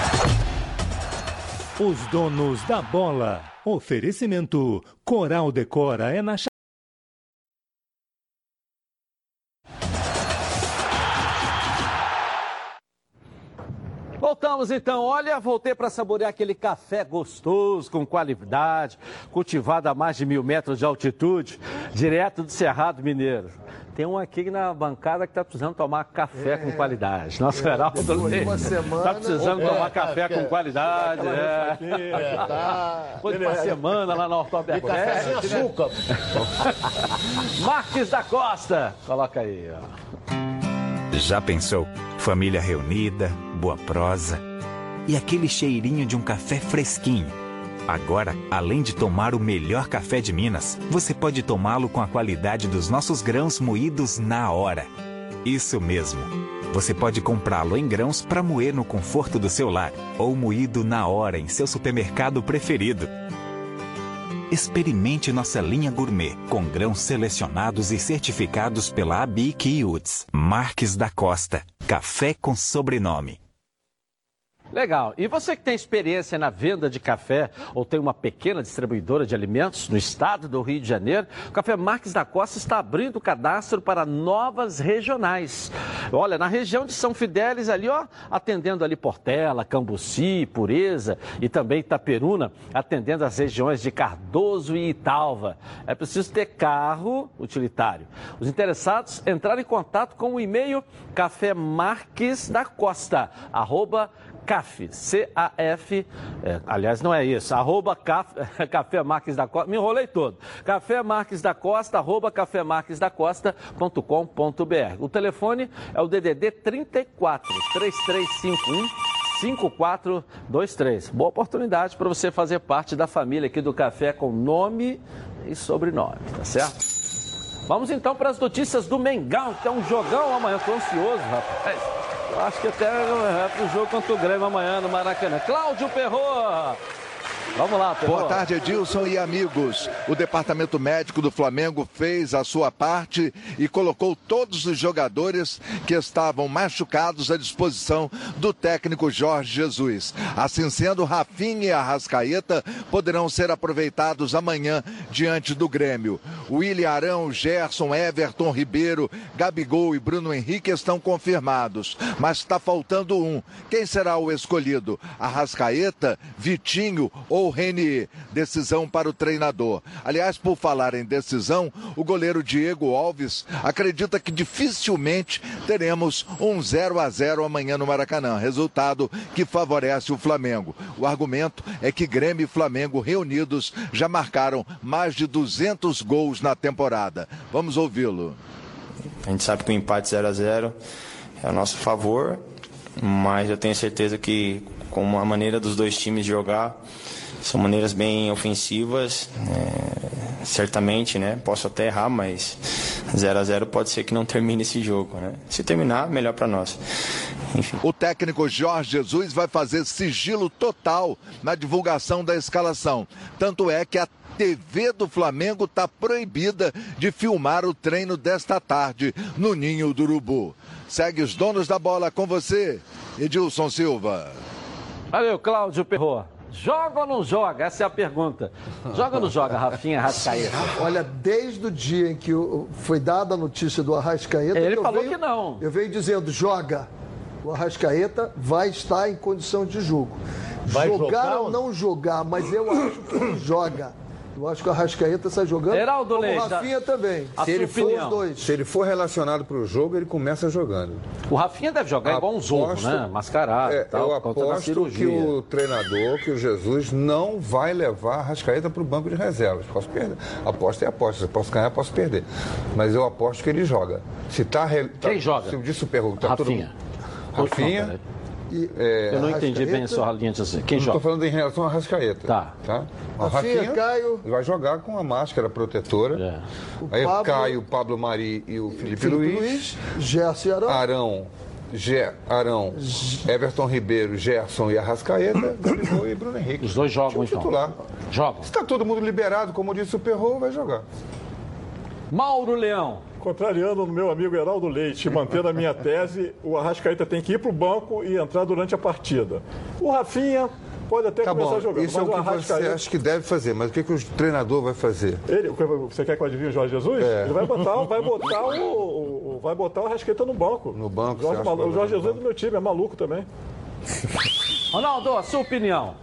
Os donos da bola. Oferecimento. Coral Decora é na... Voltamos então, olha, voltei para saborear aquele café gostoso, com qualidade, cultivado a mais de mil metros de altitude, direto do Cerrado Mineiro. Tem um aqui na bancada que está precisando tomar café é, com qualidade. Nosso é, Heraldo está precisando é, tomar é, café é, com qualidade. É. É, tá. Depois de uma semana lá na Ortoberto. Café sem açúcar. Marques da Costa, coloca aí, ó. Já pensou? Família reunida, boa prosa e aquele cheirinho de um café fresquinho. Agora, além de tomar o melhor café de Minas, você pode tomá-lo com a qualidade dos nossos grãos moídos na hora. Isso mesmo. Você pode comprá-lo em grãos para moer no conforto do seu lar ou moído na hora em seu supermercado preferido. Experimente nossa linha gourmet, com grãos selecionados e certificados pela A B I C U T S. Marques da Costa. Café com sobrenome. Legal. E você que tem experiência na venda de café ou tem uma pequena distribuidora de alimentos no estado do Rio de Janeiro, o Café Marques da Costa está abrindo o cadastro para novas regionais. Olha, na região de São Fidélis ali, ó, atendendo ali Portela, Cambuci, Pureza e também Itaperuna, atendendo as regiões de Cardoso e Italva. É preciso ter carro utilitário. Os interessados entrarem em contato com o e-mail café marques da costa, arroba C A F, C A F, é, aliás não é isso, arroba caf, Café Marques da Costa, me enrolei todo, Café Marques da Costa, arroba café marques da costa ponto com ponto br. O telefone é o D D D trinta e quatro, três três cinco um, cinco quatro dois três. Boa oportunidade para você fazer parte da família aqui do Café com nome e sobrenome, tá certo? Vamos então para as notícias do Mengão, que é um jogão amanhã, estou ansioso, rapaz. Eu acho que até é pro jogo contra o Grêmio amanhã no Maracanã. Cláudio Perrot. Vamos lá, Pedro. Boa tarde, Edilson e amigos. O departamento médico do Flamengo fez a sua parte e colocou todos os jogadores que estavam machucados à disposição do técnico Jorge Jesus. Assim sendo, Rafinha e Arrascaeta poderão ser aproveitados amanhã diante do Grêmio. William Arão, Gerson, Everton Ribeiro, Gabigol e Bruno Henrique estão confirmados, mas está faltando um. Quem será o escolhido? Arrascaeta, Vitinho ou Renier? Decisão para o treinador. Aliás, por falar em decisão, o goleiro Diego Alves acredita que dificilmente teremos um zero a zero amanhã no Maracanã, resultado que favorece o Flamengo. O argumento é que Grêmio e Flamengo reunidos já marcaram mais de duzentos gols na temporada. Vamos ouvi-lo. A gente sabe que o empate zero a zero é a nosso favor, mas eu tenho certeza que com a maneira dos dois times jogar, são maneiras bem ofensivas, é, certamente, né? Posso até errar, mas zero a zero pode ser que não termine esse jogo, né? Se terminar, melhor para nós. Enfim. O técnico Jorge Jesus vai fazer sigilo total na divulgação da escalação. Tanto é que a T V do Flamengo está proibida de filmar o treino desta tarde no Ninho do Urubu. Segue os donos da bola com você, Edilson Silva. Valeu, Cláudio Perrot. Joga ou não joga? Essa é a pergunta. Joga ou não joga, Rafinha Arrascaeta? Olha, desde o dia em que foi dada a notícia do Arrascaeta... Ele eu falou venho, que não. Eu venho dizendo, joga. O Arrascaeta vai estar em condição de jogo. Vai jogar, jogar ou não jogar, mas eu acho que ele joga. Eu acho que o Arrascaeta está jogando, Heraldo como Leite, o Rafinha também. Se ele, for, os dois. se ele for relacionado para o jogo, ele começa jogando. O Rafinha deve jogar igual um zorro, né? Mascarado é, e tal, eu aposto que o treinador, que o Jesus, não vai levar a Arrascaeta para o banco de reservas. Posso perder. Aposta é aposta. Posso ganhar, posso perder. Mas eu aposto que ele joga. Se tá, tá Quem joga? Se disse o Perro, tá Rafinha. Todo... Rafinha. Não, E, é, eu não entendi bem a sua linha de assim. Quem joga? Estou falando em relação a Arrascaeta. Tá. tá? O Rafinha, Rafinha Caio. vai jogar com a máscara protetora. É. Aí Pablo, Caio, Pablo Mari e o Felipe, Felipe Luiz. Luiz. Gerson e Arão. Arão. Gé, Arão, Everton Ribeiro, Gerson e Arrascaeta, Gabigol e Bruno Henrique. Os dois jogam, então. Titular. Jogam. Se está todo mundo liberado, como disse o Perrot, vai jogar. Mauro Leão. Contrariando no meu amigo Heraldo Leite, mantendo a minha tese, o Arrascaeta tem que ir para o banco e entrar durante a partida. O Rafinha pode até tá começar bom, jogando. Isso é o que Arrascaeta... você acha que deve fazer, mas o que, que o treinador vai fazer? Ele, você quer que eu adivinhe o Jorge Jesus? É. Ele vai botar, vai botar o, o, vai botar o Arrascaeta no banco. No banco, Jorge, você acha O Jorge Jesus é do meu time, é maluco também. Ronaldo, a sua opinião?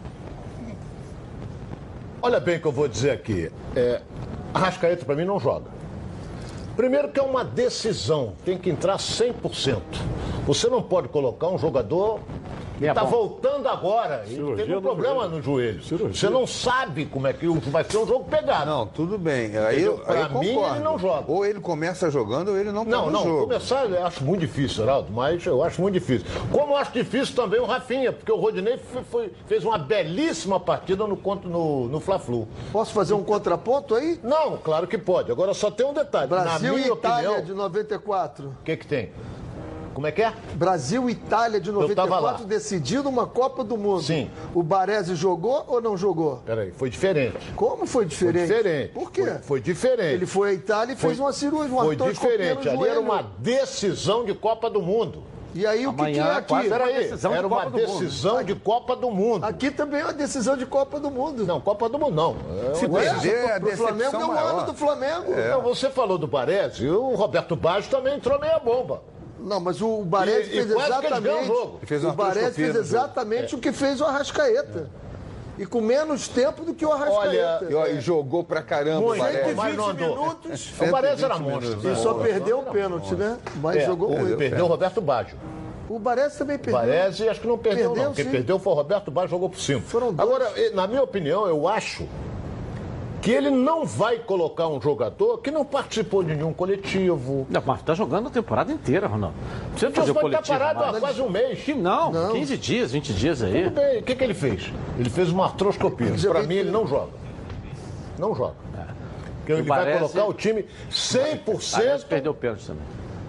Olha bem o que eu vou dizer aqui. É, Arrascaeta, para mim, não joga. Primeiro que é uma decisão, tem que entrar cem por cento. Você não pode colocar um jogador que está voltando agora e tem um problema joelho. no joelho. Cirurgia. Você não sabe como é que vai ser um jogo pegado. Não, tudo bem. Aí eu, Para aí mim, concordo. ele não joga. Ou ele começa jogando ou ele não está Não, no não, jogo. começar eu acho muito difícil, Heraldo, mas eu acho muito difícil. Como eu acho difícil também o Rafinha, porque o Rodinei foi, foi, fez uma belíssima partida no, no, no Fla-Flu. Posso fazer um contraponto aí? Não, claro que pode. Agora só tem um detalhe. Brasil Na minha e Itália opinião, de noventa e quatro. O que que tem? Como é que é? Brasil e Itália de noventa e quatro decidindo uma Copa do Mundo. Sim. O Baresi jogou ou não jogou? Peraí, foi diferente. Como foi diferente? Foi diferente. Por quê? Foi, foi diferente. Ele foi à Itália e foi, fez uma cirurgia, uma Foi diferente. Ali joelho. era uma decisão de Copa do Mundo. E aí o que, que é aqui? Peraí, era uma decisão de Copa do Mundo. Aqui também é uma decisão de Copa do Mundo. Não, Copa do Mundo não. Se perder, a decepção Flamengo é o ano do Flamengo. É. Não, você falou do Baresi, o Roberto Baggio também entrou meia bomba. Não, mas o Baresi fez exatamente. O, fez o Baresi fez exatamente é. o que fez o Arrascaeta. É. E com menos tempo do que o Arrascaeta. Olha, e ó, jogou pra caramba muito, o Baresi. Mas não andou. Minutos. O Baresi era monstro. Né? E só perdeu o pênalti, né? Mas é, jogou muito. Perdeu o Roberto Baggio. O Baresi também perdeu. O Baresi acho que não perdeu, perdeu não. Quem sim. perdeu foi o Roberto Baggio, jogou por cima. Foram dois. Agora, na minha opinião, eu acho que ele não vai colocar um jogador que não participou de nenhum coletivo. Não, mas tá jogando a temporada inteira, Ronaldo. Precisa fazer o coletivo. Tá parado há quase um mês. Que não, não, quinze dias, vinte dias aí. Tudo bem. O que, que ele fez? Ele fez uma artroscopia. Para mim, ele não joga. Não joga. É. Porque ele Baresi... vai colocar o time cem por cento... Baresi perdeu o pênalti também.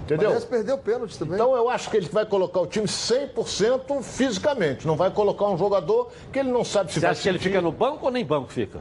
Entendeu? Mas perdeu o pênalti também. Então eu acho que ele vai colocar o time cem por cento fisicamente. Não vai colocar um jogador que ele não sabe se Você vai acha que ele fica no banco ou nem banco fica?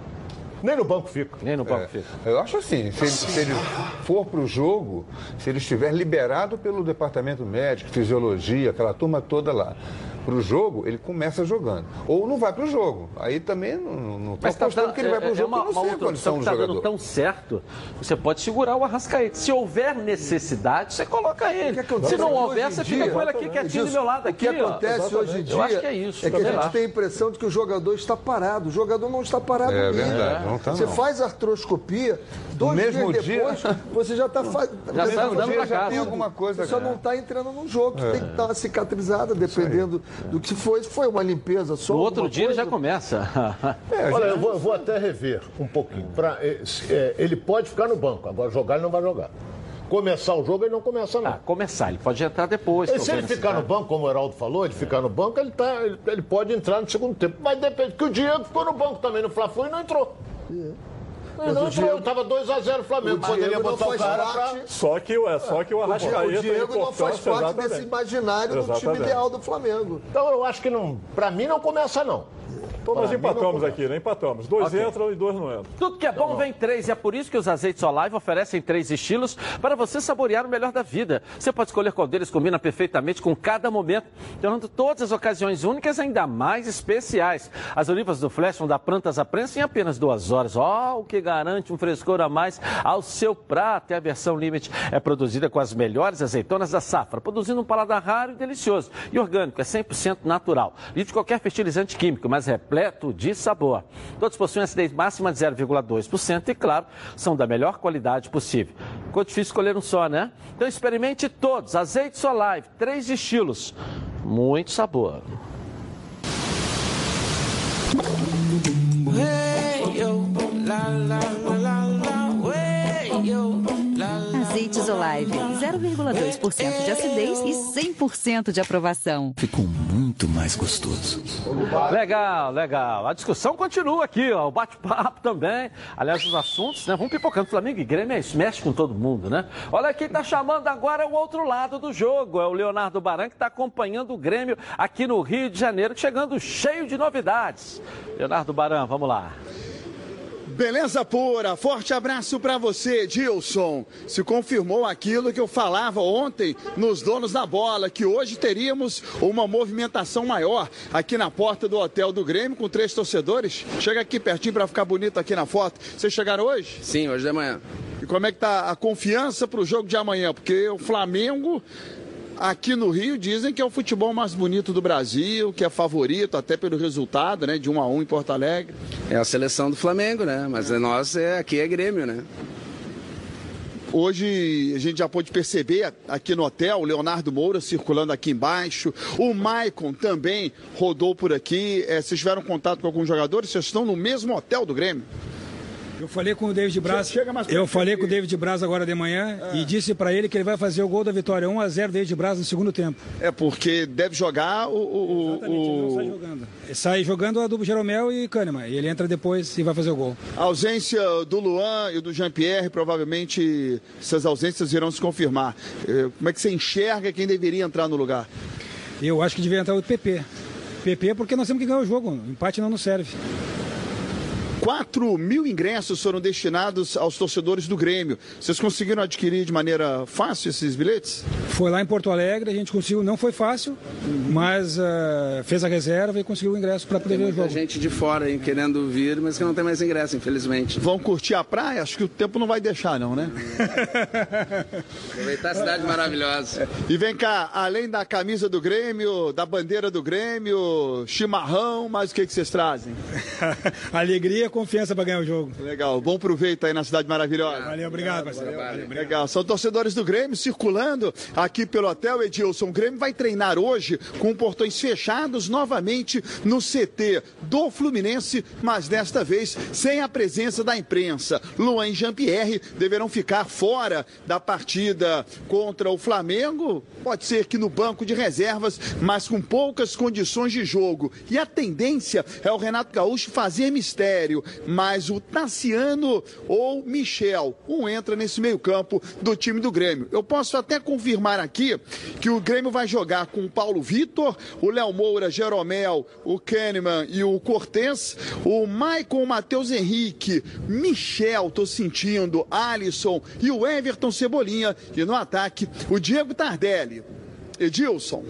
Nem no banco fica. Nem no banco É, fica. eu acho assim, se ele, se ele for para o jogo, se ele estiver liberado pelo departamento médico, fisiologia, aquela turma toda lá, para o jogo, ele começa jogando. Ou não vai para o jogo. Aí também não estou apostando que ele vai para o jogo, é uma, porque eu não uma sei a outra condição opção do que está jogador. dando tão certo, você pode segurar o Arrascaeta. Se houver necessidade, você coloca ele. Se não houver, você fica com ele aqui quietinho do meu lado. Aqui, o que acontece ó. hoje em dia Eu acho que é isso. é que a gente lá. tem a impressão de que o jogador está parado. O jogador não está parado É mesmo. verdade, não tá, Você não. faz artroscopia, dois mesmo dias dia- depois, você já está fazendo. Já sai andando pra casa. Tem alguma coisa, Você só cara. não está entrando no jogo. Tem que dar uma cicatrizada, dependendo do que foi. Se foi uma limpeza só. No outro alguma dia ele coisa, já começa. É, Olha, eu vou, eu vou até rever um pouquinho. Pra, eh, se- eh, ele pode ficar no banco, agora jogar ele não vai jogar. Começar o jogo ele não começa, não. Ah, começar, ele pode entrar depois. E se ele ficar no banco, como o Heraldo falou, ele ficar no banco, ele, tá, ele, ele pode entrar no segundo tempo. Mas depende, porque o Diego ficou no banco também no Fla-Flu e não entrou. Ele Mas não o entrou, Diego- estava dois a zero o Flamengo. O Diego Poderia não botar o faz cara parte- pra... Só que, o- é, só que o O Arrascaeta tem Diego não faz importância, parte exatamente. desse imaginário do time Exatamente. ideal do Flamengo. Então eu acho que não, pra mim não começa não. Então nós Pra mim, não empatamos começa. aqui, né? Empatamos. Dois Ok. entram e dois não entram. Tudo que é bom vem três e é por isso que os azeites Olive oferecem três estilos para você saborear o melhor da vida. Você pode escolher qual deles combina perfeitamente com cada momento, tornando todas as ocasiões únicas ainda mais especiais. As olivas do Flash vão dar plantas à prensa em apenas duas horas. Ó, o que garante um frescor a mais ao seu prato. E a versão Limite é produzida com as melhores azeitonas da safra, produzindo um paladar raro e delicioso. E orgânico, é cem por cento natural. Livre de qualquer fertilizante químico, mas repleto de sabor. Todos possuem acidez máxima de zero vírgula dois por cento e, claro, são da melhor qualidade possível. Ficou difícil escolher um só, né? Então experimente todos. Azeites Olive, três estilos. Muito sabor. Azeites Olive, zero vírgula dois por cento de acidez e cem por cento de aprovação. Ficou muito mais gostoso. Legal, legal. A discussão continua aqui, ó. O bate-papo também. Aliás, os assuntos, né? Vão pipocando. Flamengo e Grêmio é isso, mexe com todo mundo, né? Olha, quem tá chamando agora é o outro lado do jogo. É o Leonardo Baran, que tá acompanhando o Grêmio aqui no Rio de Janeiro, chegando cheio de novidades. Leonardo Baran, vamos lá. Beleza pura, forte abraço para você, Dilson. Se confirmou aquilo que eu falava ontem nos Donos da Bola, que hoje teríamos uma movimentação maior aqui na porta do hotel do Grêmio com três torcedores. Chega aqui pertinho para ficar bonito aqui na foto. Vocês chegaram hoje? Sim, hoje de manhã. E como é que tá a confiança para o jogo de amanhã? Porque o Flamengo aqui no Rio dizem que é o futebol mais bonito do Brasil, que é favorito até pelo resultado, né, de um a um em Porto Alegre. É a seleção do Flamengo, né? Mas é nós, é, aqui é Grêmio, né? Hoje a gente já pôde perceber aqui no hotel o Leonardo Moura circulando aqui embaixo. O Maicon também rodou por aqui. É, vocês tiveram contato com alguns jogadores? Vocês estão no mesmo hotel do Grêmio? Eu falei com o David Braz. Chega mais Eu perto falei aqui. com o David Braz agora de manhã e disse para ele que ele vai fazer o gol da vitória um a zero David Braz no segundo tempo. É porque deve jogar o. o, Exatamente, ele não o... sai jogando. Ele sai jogando a dupla Jeromel e Kahneman. E ele entra depois e vai fazer o gol. A ausência do Luan e do Jean-Pierre, provavelmente essas ausências irão se confirmar. Eh, Como é que você enxerga quem deveria entrar no lugar? Eu acho que devia entrar o P P. P P porque nós temos que ganhar o jogo. O empate não nos serve. quatro mil ingressos foram destinados aos torcedores do Grêmio. Vocês conseguiram adquirir de maneira fácil esses bilhetes? Foi lá em Porto Alegre, a gente conseguiu, não foi fácil, mas uh, fez a reserva e conseguiu o ingresso para poder Tem ver o muita jogo. gente de fora aí querendo vir, mas que não tem mais ingresso, infelizmente. Vão curtir a praia? Acho que o tempo não vai deixar, não, né? Aproveitar a cidade maravilhosa. E vem cá, além da camisa do Grêmio, da bandeira do Grêmio, chimarrão, mas o que, que vocês trazem? Alegria e confiança para ganhar o jogo. Legal, bom proveito aí na cidade maravilhosa. Valeu, obrigado, parceiro. Valeu, obrigado. Legal, são torcedores do Grêmio circulando aqui pelo hotel Edilson. O Grêmio vai treinar hoje com portões fechados novamente no C T do Fluminense, mas desta vez sem a presença da imprensa. Luan e Jean-Pierre deverão ficar fora da partida contra o Flamengo. Pode ser que no banco de reservas, mas com poucas condições de jogo. E a tendência é o Renato Gaúcho fazer mistério. Rogério, mas o Tassiano ou Michel, um entra nesse meio campo do time do Grêmio. Eu posso até confirmar aqui que o Grêmio vai jogar com o Paulo Vitor, o Léo Moura, Jeromel, o Kahneman e o Cortez, o Maicon, o Matheus Henrique, Michel, tô sentindo, Alisson e o Everton Cebolinha, e no ataque o Diego Tardelli. Edilson.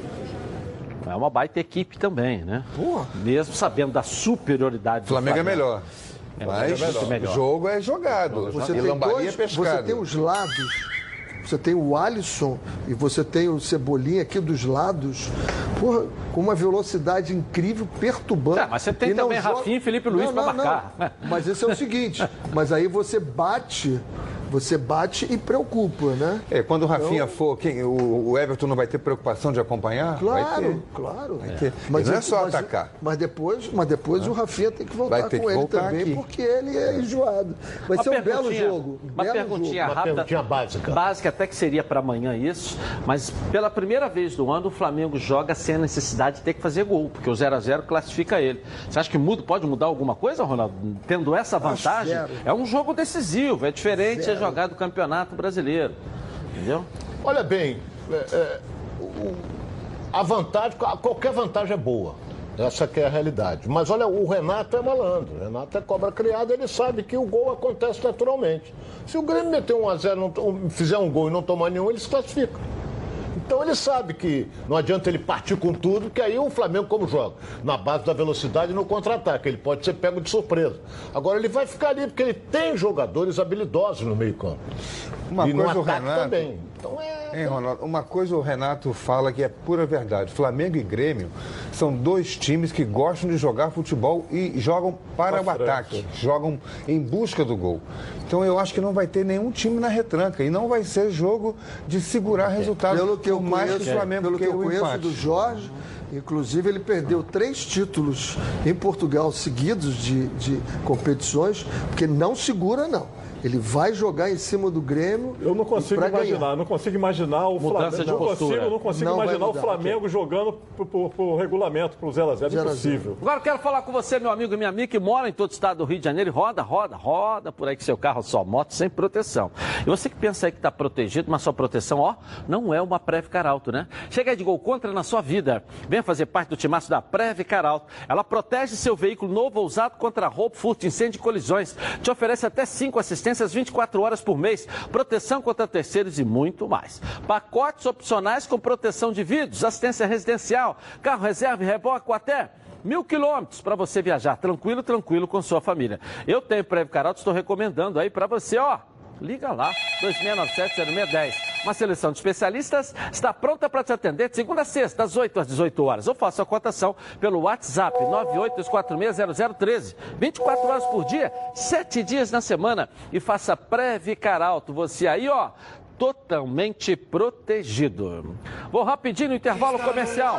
É uma baita equipe também, né? Porra. Mesmo sabendo da superioridade do Flamengo. Flamengo é melhor. É, mas é melhor. O jogo é jogado. Você e tem, lambaria dois, é pescado. você tem os lados, você tem o Alisson e você tem o Cebolinha aqui dos lados, porra, com uma velocidade incrível, perturbando. É, mas você tem também joga... Rafinha e Felipe Luiz para marcar. Não. Mas esse é o seguinte, mas aí você bate... Você bate e preocupa, né? É, quando o Rafinha então, for, quem, o, o Everton não vai ter preocupação de acompanhar? Claro, vai ter. claro. Vai ter. Mas não é só mas, atacar. Mas depois, mas depois ah. o Rafinha tem que voltar com ele também, aqui. Porque ele é enjoado. Vai uma ser um belo jogo. Uma belo perguntinha jogo. rápida. Uma perguntinha básica. Básica, até que seria para amanhã isso, mas pela primeira vez do ano o Flamengo joga sem a necessidade de ter que fazer gol, porque o zero a zero classifica ele. Você acha que muda, pode mudar alguma coisa, Ronaldo? Tendo essa vantagem? É um jogo decisivo, é diferente de jogar do campeonato brasileiro, entendeu? Olha bem, é, é, o, a vantagem, qualquer vantagem é boa, essa que é a realidade. Mas olha, o Renato é malandro, o Renato é cobra criada, ele sabe que o gol acontece naturalmente. Se o Grêmio meter um a zero, não, fizer um gol e não tomar nenhum, ele se classifica. Então ele sabe que não adianta ele partir com tudo, que aí o Flamengo como joga? Na base da velocidade e no contra-ataque. Ele pode ser pego de surpresa. Agora ele vai ficar ali, porque ele tem jogadores habilidosos no meio campo. Uma e coisa no o Renato, também. Então é... Hein, Ronaldo, uma coisa o Renato fala que é pura verdade. Flamengo e Grêmio são dois times que gostam de jogar futebol e jogam para o ataque. Jogam em busca do gol. Então eu acho que não vai ter nenhum time na retranca. E não vai ser jogo de segurar resultados. Pelo que eu mais conheço, que o Flamengo, pelo que eu conheço empate. do Jorge, inclusive ele perdeu três títulos em Portugal seguidos de, de competições, porque não segura não. Ele vai jogar em cima do Grêmio. Eu não consigo imaginar, ganhar. não consigo imaginar o Mudança Flamengo. Não consigo, não consigo não imaginar mudar, o Flamengo okay. jogando por, por, por regulamento, por zero a zero. É impossível. Agora eu quero falar com você, meu amigo e minha amiga, que mora em todo o estado do Rio de Janeiro e roda, roda, roda por aí com seu carro, sua moto, sem proteção. E você que pensa aí que está protegido, mas sua proteção, ó, não é uma Preve Caralto, né? Chega aí de Gol Contra na sua vida. Venha fazer parte do timaço da Preve Caralto. Ela protege seu veículo novo ou usado contra roubo, furto, incêndio e colisões. Te oferece até cinco assistências vinte e quatro horas por mês, proteção contra terceiros e muito mais. Pacotes opcionais com proteção de vidros, assistência residencial, carro reserva e reboque até mil quilômetros para você viajar tranquilo, tranquilo com sua família. Eu tenho Preve Caralto, estou recomendando aí para você, ó. Liga lá, dois seis nove sete zero seis um zero. Uma seleção de especialistas está pronta para te atender de segunda a sexta, das oito às dezoito horas. Ou faça a cotação pelo WhatsApp nove oito dois quatro seis zero zero um três. vinte e quatro horas por dia, sete dias na semana. E faça Preve Caralto. Você aí, ó, totalmente protegido. Vou rapidinho no intervalo comercial.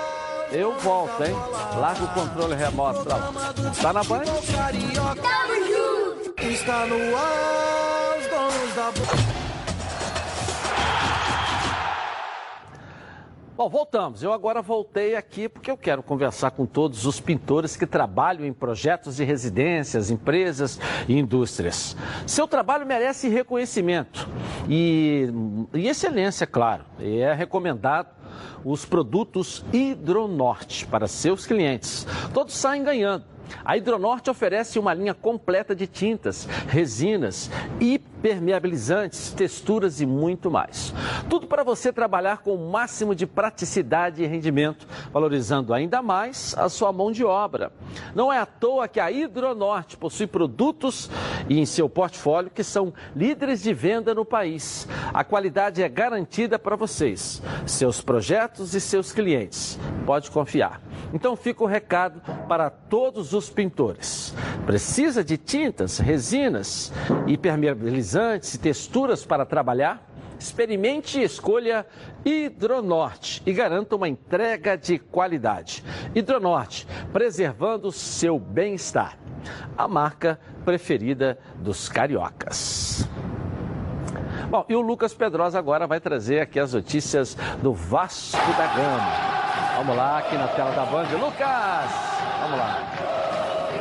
Eu volto, hein? Larga o controle remoto. Tá na banha? Tamo junto! Está no ar, os donos da bola. Bom, voltamos. Eu agora voltei aqui porque eu quero conversar com todos os pintores que trabalham em projetos de residências, empresas e indústrias. Seu trabalho merece reconhecimento e, e excelência, claro. E é recomendado os produtos Hidronorte para seus clientes. Todos saem ganhando. A Hidronorte oferece uma linha completa de tintas, resinas, impermeabilizantes, texturas e muito mais. Tudo para você trabalhar com o máximo de praticidade e rendimento, valorizando ainda mais a sua mão de obra. Não é à toa que a Hidronorte possui produtos e em seu portfólio que são líderes de venda no país. A qualidade é garantida para vocês, seus projetos e seus clientes. Pode confiar. Então fica o recado para todos os pintores. Precisa de tintas, resinas, impermeabilizantes e texturas para trabalhar? Experimente e escolha Hidronorte e garanta uma entrega de qualidade. Hidronorte, preservando seu bem-estar. A marca preferida dos cariocas. Bom, e o Lucas Pedrosa agora vai trazer aqui as notícias do Vasco da Gama. Vamos lá, aqui na tela da Band. Lucas, vamos lá.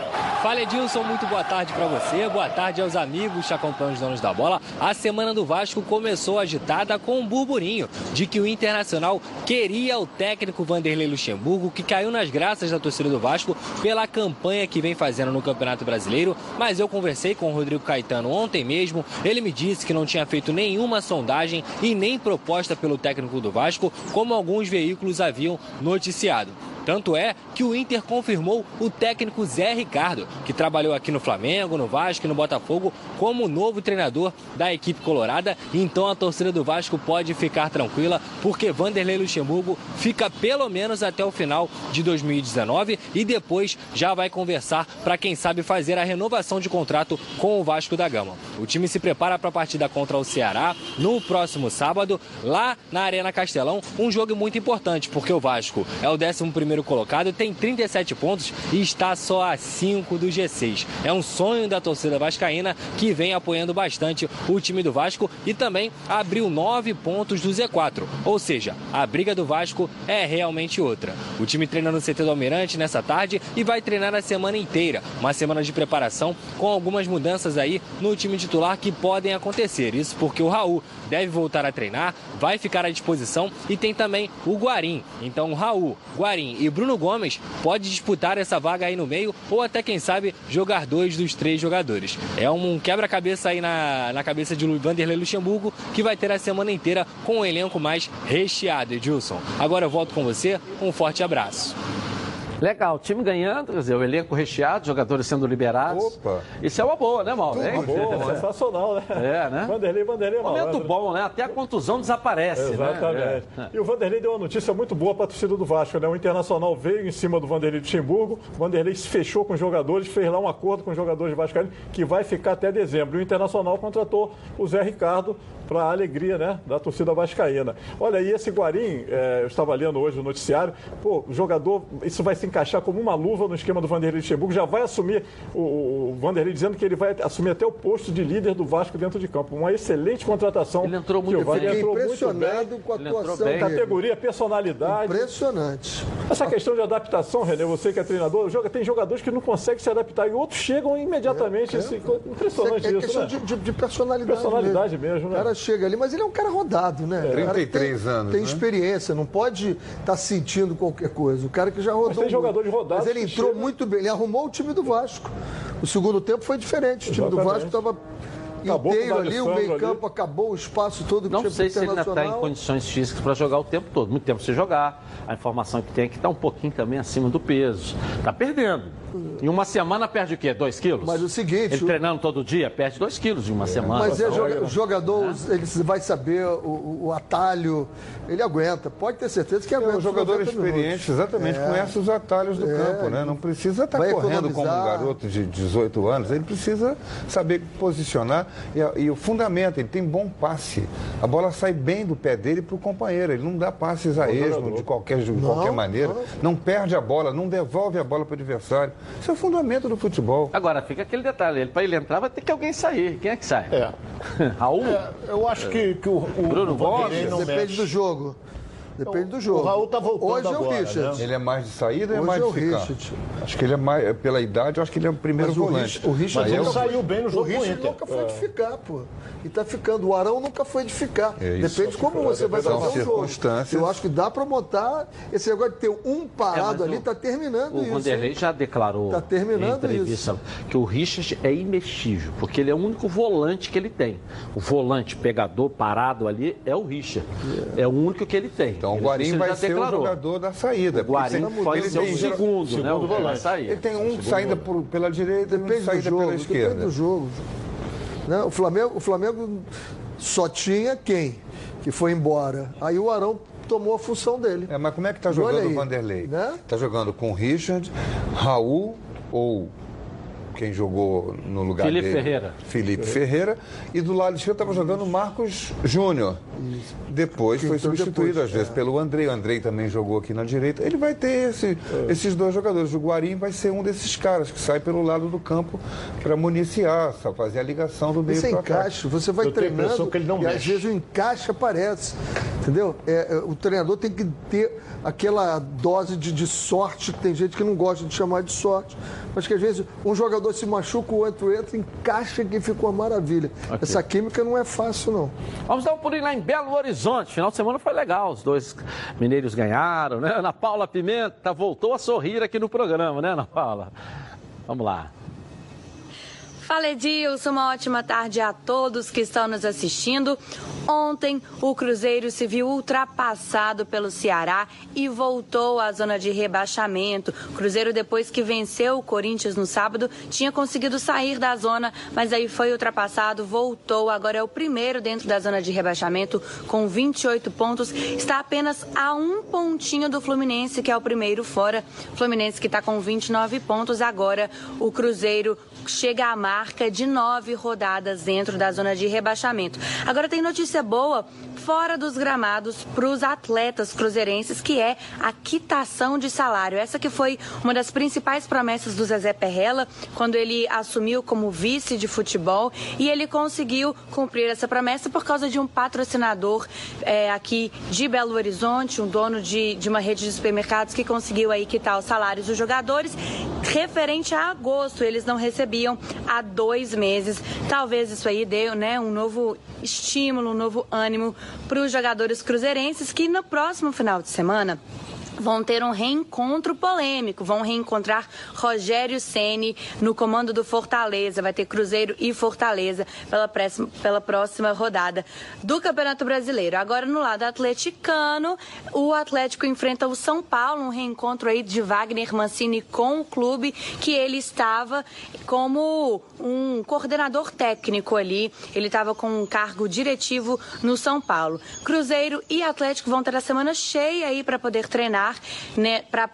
Fala, Edilson, muito boa tarde para você, boa tarde aos amigos que acompanham os donos da bola. A semana do Vasco começou agitada com um burburinho de que o Internacional queria o técnico Vanderlei Luxemburgo, que caiu nas graças da torcida do Vasco pela campanha que vem fazendo no Campeonato Brasileiro. Mas eu conversei com o Rodrigo Caetano ontem mesmo, ele me disse que não tinha feito nenhuma sondagem e nem proposta pelo técnico do Vasco, como alguns veículos haviam noticiado. Tanto é que o Inter confirmou o técnico Zé Ricardo, que trabalhou aqui no Flamengo, no Vasco e no Botafogo como novo treinador da equipe colorada. Então a torcida do Vasco pode ficar tranquila, porque Vanderlei Luxemburgo fica pelo menos até o final de dois mil e dezenove e depois já vai conversar para, quem sabe, fazer a renovação de contrato com o Vasco da Gama. O time se prepara para a partida contra o Ceará no próximo sábado, lá na Arena Castelão. Um jogo muito importante, porque o Vasco é o décimo primeiro colocado, tem trinta e sete pontos e está só a cinco do G seis. É um sonho da torcida vascaína, que vem apoiando bastante o time do Vasco e também abriu nove pontos do Z quatro. Ou seja, a briga do Vasco é realmente outra. O time treina no C T do Almirante nessa tarde e vai treinar a semana inteira. Uma semana de preparação com algumas mudanças aí no time titular que podem acontecer. Isso porque o Raul deve voltar a treinar, vai ficar à disposição, e tem também o Guarim. Então o Raul, Guarim e Bruno Gomes pode disputar essa vaga aí no meio, ou até, quem sabe, jogar dois dos três jogadores. É um quebra-cabeça aí na, na cabeça de Vanderlei Luxemburgo, que vai ter a semana inteira com um elenco mais recheado, Edilson. Agora eu volto com você, um forte abraço. Legal, time ganhando, quer dizer, o elenco recheado, jogadores sendo liberados. Opa! Isso é uma boa, né, Mauro? Uma boa, sensacional, né? É, né? Vanderlei, Vanderlei é momento malandro. bom, né? Até a contusão desaparece, Exatamente. Né? É. E o Vanderlei deu uma notícia muito boa para a torcida do Vasco, né? O Internacional veio em cima do Vanderlei Luxemburgo, o Vanderlei se fechou com os jogadores, fez lá um acordo com os jogadores vascaínos que vai ficar até dezembro. E o Internacional contratou o Zé Ricardo para a alegria, né, da torcida vascaína. Olha, e esse Guarim, é, eu estava lendo hoje no noticiário, pô, o jogador, isso vai se encaixar como uma luva no esquema do Vanderlei Luxemburgo, já vai assumir, o, o Vanderlei dizendo que ele vai assumir até o posto de líder do Vasco dentro de campo. Uma excelente contratação. Ele entrou muito bem. Fiquei impressionado com a atuação dele. Categoria, personalidade. Impressionante. Essa questão de adaptação, René, você que é treinador, joga, tem jogadores que não conseguem se adaptar e outros chegam imediatamente. É, é. Assim, impressionante é, é isso, questão né? de, de, de personalidade. Personalidade mesmo, mesmo, né? O cara chega ali, mas ele é um cara rodado, né? É. trinta e três tem, anos, Tem né? experiência, não pode estar tá sentindo qualquer coisa. O cara que já rodou. Mas tem jogadores rodados. Mas ele entrou chega... muito bem, ele arrumou o time do Vasco. O segundo tempo foi diferente. O time Exatamente. do Vasco estava inteiro ali, o meio-campo acabou, o espaço todo que Não tinha sei se ele ainda está em Internacional. condições físicas para jogar o tempo todo. Muito tempo sem jogar. A informação que tem é que está um pouquinho também acima do peso. Está perdendo. Em uma semana perde o quê? Dois quilos? Mas o seguinte... Ele treinando todo dia perde dois quilos em uma semana. Mas é joga, o jogador, é. ele vai saber o, o atalho, ele aguenta. Pode ter certeza que aguenta. É um jogador experiente, exatamente, é. conhece os atalhos do é. campo, né? Não precisa estar vai correndo economizar. Como um garoto de dezoito anos. Ele precisa saber posicionar e, e o fundamento, ele tem bom passe. A bola sai bem do pé dele para o companheiro. Ele não dá passes a esmo de qualquer, de não, qualquer maneira. Não. não perde a bola, não devolve a bola para o adversário. Isso é o fundamento do futebol. Agora, fica aquele detalhe, para ele entrar vai ter que alguém sair. Quem é que sai? É. Raul? É, eu acho que, que o, o Bruno Gomes depende mexe. do jogo. Depende do jogo. O Raul tá voltando Hoje agora, é o Richard. Né? Ele é mais de saída ou é Hoje mais é de o ficar? Richard. Acho que ele é mais, pela idade, eu acho que ele é o primeiro Mas volante. O Richard, Mas ele nunca saiu bem no jogo O Richard Inter. nunca foi é. de ficar, pô. E tá ficando. O Arão nunca foi de ficar. É isso. Depende de como você vai fazer o jogo. Eu acho que dá para montar esse negócio de ter um parado é, ali, o, tá terminando o isso. O Vanderlei já declarou tá terminando em entrevista isso. que o Richard é imexível, porque ele é o único volante que ele tem. O volante pegador parado ali é o Richard. É, é o único que ele tem. Então o Guarim vai ser declarou. o jogador da saída. O Guarim pode ser o segundo, segundo, né? O volante. Sair. Ele tem um saída por, pela direita e um saída jogo, pela esquerda. Depende do jogo. Não, o, Flamengo, o Flamengo só tinha quem? Que foi embora. Aí o Arão tomou a função dele. É, mas como é que está jogando o Vanderlei? Está né? jogando com Richard, Raul ou... quem jogou no lugar Felipe dele. Ferreira. Felipe Ferreira. E do lado esquerdo estava jogando Marcos Júnior. Depois que foi substituído, depois, às vezes, é. pelo Andrei. O Andrei também jogou aqui na direita. Ele vai ter esse, é. esses dois jogadores. O Guarim vai ser um desses caras que sai pelo lado do campo para municiar, fazer a ligação do meio para cá. Esse encaixe, você vai Eu treinando que ele não e mexe. às vezes o encaixe aparece. Entendeu? É, é, o treinador tem que ter aquela dose de, de sorte, que tem gente que não gosta de chamar de sorte, mas que às vezes um jogador se machuca, o outro entra, encaixa que ficou uma maravilha. Okay. Essa química não é fácil, não. Vamos dar um pulinho lá em Belo Horizonte. Final de semana foi legal, os dois mineiros ganharam, né? Ana Paula Pimenta voltou a sorrir aqui no programa, né, Ana Paula? Vamos lá. Fala, Edilson, uma ótima tarde a todos que estão nos assistindo. Ontem, o Cruzeiro se viu ultrapassado pelo Ceará e voltou à zona de rebaixamento. O Cruzeiro, depois que venceu o Corinthians no sábado, tinha conseguido sair da zona, mas aí foi ultrapassado, voltou. Agora é o primeiro dentro da zona de rebaixamento, com vinte e oito pontos. Está apenas a um pontinho do Fluminense, que é o primeiro fora. Fluminense que está com vinte e nove pontos. Agora, o Cruzeiro chega à marca de nove rodadas dentro da zona de rebaixamento. Agora tem notícia boa fora dos gramados para os atletas cruzeirenses, que é a quitação de salário. Essa que foi uma das principais promessas do Zezé Perrella quando ele assumiu como vice de futebol, e ele conseguiu cumprir essa promessa por causa de um patrocinador é, aqui de Belo Horizonte, um dono de, de uma rede de supermercados que conseguiu aí quitar os salários dos jogadores. Referente a agosto, eles não recebiam há dois meses. Talvez isso aí dê, né, um novo estímulo, um novo ânimo para os jogadores cruzeirenses, que no próximo final de semana vão ter um reencontro polêmico, vão reencontrar Rogério Ceni no comando do Fortaleza. Vai ter Cruzeiro e Fortaleza pela, próxima, pela próxima rodada do Campeonato Brasileiro. Agora, no lado atleticano, o Atlético enfrenta o São Paulo, um reencontro aí de Wagner Mancini com o clube, que ele estava como um coordenador técnico ali, ele estava com um cargo diretivo no São Paulo. Cruzeiro e Atlético vão ter a semana cheia aí para poder treinar, né, para a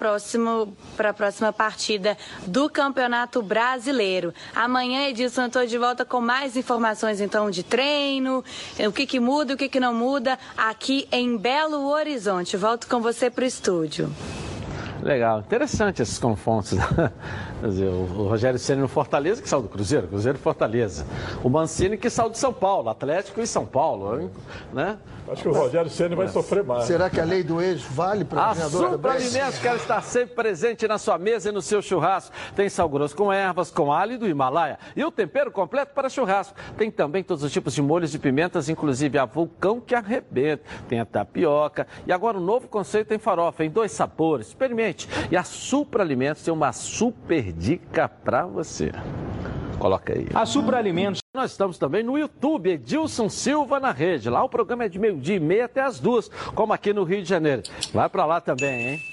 próxima partida do Campeonato Brasileiro. Amanhã, Edilson, eu estou de volta com mais informações, então, de treino, o que, que muda, o que, que não muda, aqui em Belo Horizonte. Volto com você para o estúdio. Legal, interessante esses confrontos. Quer dizer, o Rogério Ceni no Fortaleza, que saiu do Cruzeiro, Cruzeiro e Fortaleza. O Mancini, que saiu de São Paulo, Atlético e São Paulo, né? Acho que o Rogério Ceni vai sofrer mais. Será que a lei do ex vale para a treinadora? A Supra Alimentos quer estar sempre presente na sua mesa e no seu churrasco. Tem sal grosso com ervas, com alho do Himalaia e o tempero completo para churrasco. Tem também todos os tipos de molhos de pimentas, inclusive a Vulcão, que arrebenta. Tem a tapioca e agora um novo conceito em farofa, em dois sabores. Experimente. E a Supra Alimentos tem uma super dica para você. Coloca aí. A Supra Alimentos. Nós estamos também no YouTube, Edilson Silva na Rede. Lá o programa é de meio-dia e meia até as duas, como aqui no Rio de Janeiro. Vai para lá também, hein?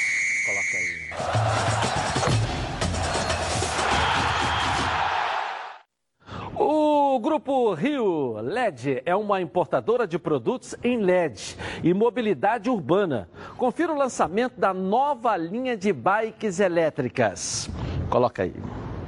Coloca aí. O Grupo Rio L E D é uma importadora de produtos em L E D e mobilidade urbana. Confira o lançamento da nova linha de bikes elétricas. Coloca aí.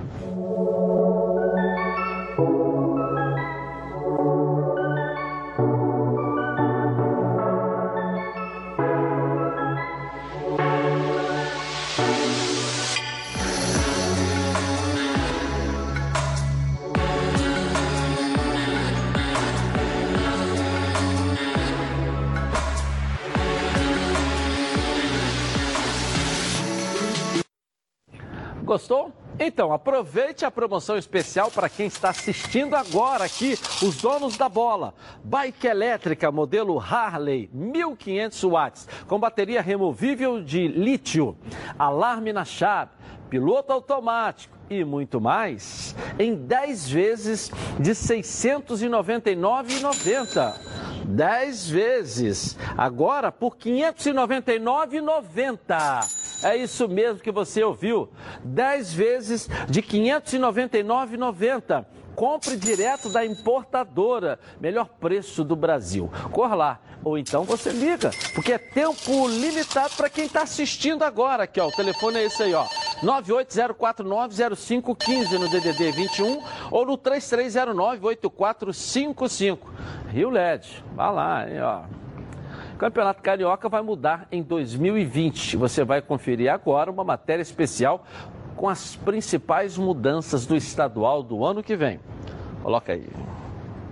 Gostou? Então, aproveite a promoção especial para quem está assistindo agora aqui, os donos da bola. Bike elétrica modelo Harley, mil e quinhentos watts, com bateria removível de lítio, alarme na chave, piloto automático e muito mais, em dez vezes de seiscentos e noventa e nove reais e noventa centavos. dez vezes, agora por quinhentos e noventa e nove reais e noventa centavos. É isso mesmo que você ouviu, dez vezes de quinhentos e noventa e nove reais e noventa centavos. Compre direto da importadora, melhor preço do Brasil. Corra lá, ou então você liga, porque é tempo limitado para quem está assistindo agora. Aqui, ó, o telefone é esse aí, ó, nove oito zero quatro nove zero cinco um cinco no D D D vinte e um ou no três três zero nove oito quatro cinco cinco. Rio L E D, vai lá, hein, ó. O Campeonato Carioca vai mudar em dois mil e vinte. Você vai conferir agora uma matéria especial com as principais mudanças do estadual do ano que vem. Coloca aí.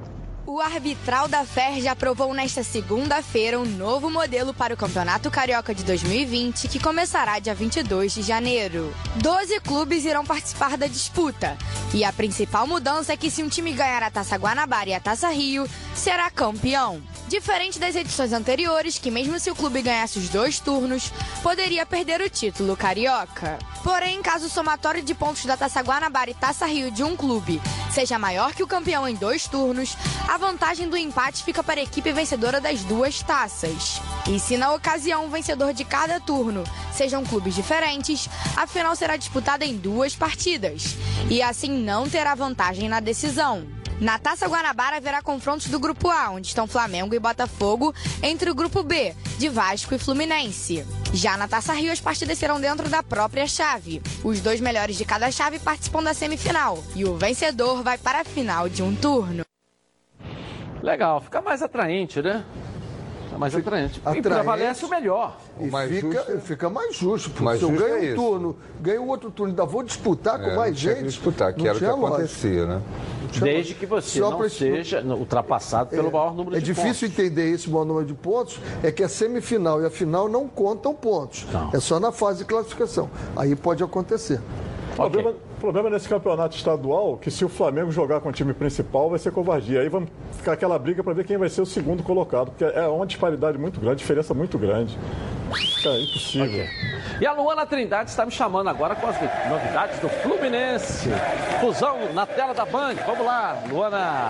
O arbitral da F E R J aprovou nesta segunda-feira um novo modelo para o Campeonato Carioca de dois mil e vinte, que começará dia vinte e dois de janeiro. Doze clubes irão participar da disputa. E a principal mudança é que se um time ganhar a Taça Guanabara e a Taça Rio, será campeão. Diferente das edições anteriores, que mesmo se o clube ganhasse os dois turnos, poderia perder o título carioca. Porém, caso o somatório de pontos da Taça Guanabara e Taça Rio de um clube seja maior que o campeão em dois turnos, a vantagem do empate fica para a equipe vencedora das duas taças. E se na ocasião o vencedor de cada turno sejam clubes diferentes, a final será disputada em duas partidas, e assim não terá vantagem na decisão. Na Taça Guanabara haverá confrontos do Grupo A, onde estão Flamengo e Botafogo, entre o Grupo B, de Vasco e Fluminense. Já na Taça Rio, as partidas serão dentro da própria chave. Os dois melhores de cada chave participam da semifinal, e o vencedor vai para a final de um turno. Legal, fica mais atraente, né? Fica mais atraente. E Atraente. prevalece o melhor. E mais fica, justo- fica mais justo, porque Mais se eu justo ganho é um isso. turno, ganho outro turno, ainda vou disputar com É, mais não tinha que gente. disputar, que não era o que tinha lógica. acontecia, né? Não tinha Desde lógica. que você Só não pra- seja ultrapassado pelo É, maior número é de difícil pontos. entender esse maior número de pontos, é que a semifinal e a final não contam pontos. Não. É só na fase de classificação. Aí pode acontecer. O problema, problema nesse campeonato estadual que se o Flamengo jogar com o time principal vai ser covardia. Aí vamos ficar aquela briga para ver quem vai ser o segundo colocado, porque é uma disparidade muito grande, diferença muito grande. Fica impossível. E a Luana Trindade está me chamando agora com as novidades do Fluminense. Fusão na tela da Band. Vamos lá, Luana.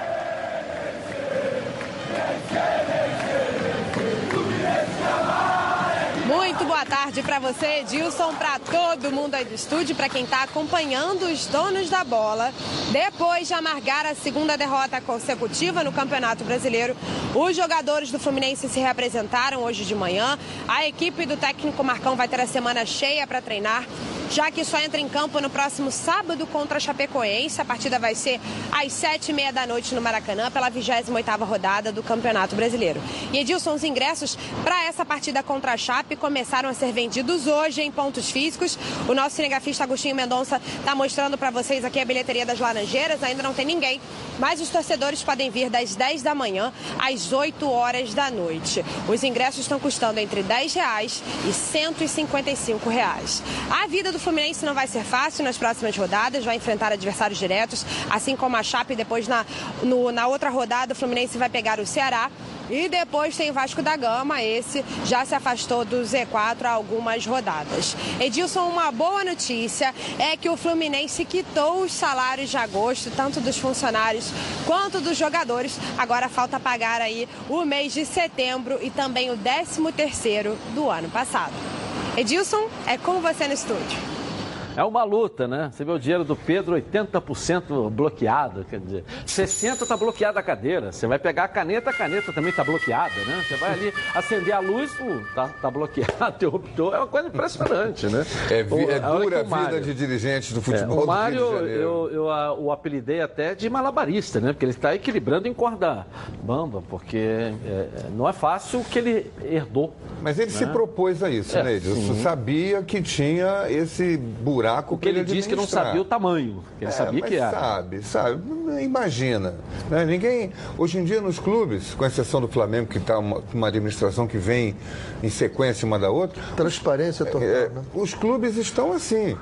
Muito boa tarde para você, Edilson, para todo mundo aí do estúdio, para quem está acompanhando os donos da bola. Depois de amargar a segunda derrota consecutiva no Campeonato Brasileiro, os jogadores do Fluminense se reapresentaram hoje de manhã. A equipe do técnico Marcão vai ter a semana cheia para treinar, já que só entra em campo no próximo sábado contra a Chapecoense. A partida vai ser às sete e meia da noite no Maracanã, pela vigésima oitava rodada do Campeonato Brasileiro. E, Edilson, os ingressos para essa partida contra a Chape começaram a ser vendidos hoje em pontos físicos. O nosso cinegrafista Agostinho Mendonça está mostrando para vocês aqui a bilheteria das Laranjeiras. Ainda não tem ninguém, mas os torcedores podem vir das dez da manhã às oito horas da noite. Os ingressos estão custando entre dez reais e cento e cinquenta e cinco reais. A vida do Fluminense não vai ser fácil nas próximas rodadas, vai enfrentar adversários diretos, assim como a Chape. Depois, na, no, na outra rodada, o Fluminense vai pegar o Ceará. E depois tem o Vasco da Gama, esse já se afastou do Z quatro há algumas rodadas. Edilson, uma boa notícia é que o Fluminense quitou os salários de agosto, tanto dos funcionários quanto dos jogadores. Agora falta pagar aí o mês de setembro e também o décimo terceiro do ano passado. Edilson, é com você no estúdio. É uma luta, né? Você vê o dinheiro do Pedro, oitenta por cento bloqueado, quer dizer, sessenta por cento está bloqueada a cadeira. Você vai pegar a caneta, a caneta também está bloqueada, né? Você vai ali acender a luz, uh, tá, tá bloqueado, interruptor. É uma coisa impressionante, né? É, vi- é O- olha dura a que o Mário- vida de dirigentes do É, futebol o do Rio Mário, de Janeiro. eu, eu a- o apelidei até de malabarista, né? Porque ele está equilibrando em corda bamba, porque é, não é fácil o que ele herdou. Mas ele né? se propôs a isso, É, né, Edilson? sim. Sabia que tinha esse buraco Porque ele disse que não administrar. sabia o tamanho, que ele É, sabia mas que era. sabe, sabe. Imagina. Né? Ninguém, hoje em dia nos clubes, com exceção do Flamengo, que está uma, uma administração que vem em sequência uma da outra. Transparência total, é, né? Os clubes estão assim.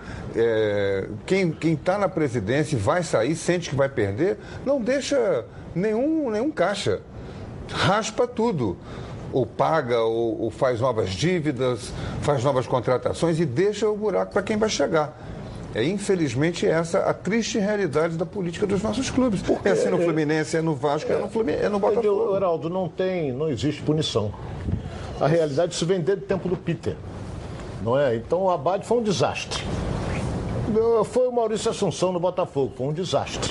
É, quem está na presidência e vai sair, sente que vai perder, não deixa nenhum, nenhum caixa. Raspa tudo. Ou paga, ou, ou faz novas dívidas, faz novas contratações e deixa o buraco para quem vai chegar. É, infelizmente, essa a triste realidade da política dos nossos clubes. É assim no Fluminense, é no Vasco, é no, Fluminense, é no Botafogo. Heraldo, não tem, não existe punição. A realidade se vem desde o tempo do Peter, não é? Então o Abade foi um desastre. Foi o Maurício Assunção no Botafogo, foi um desastre.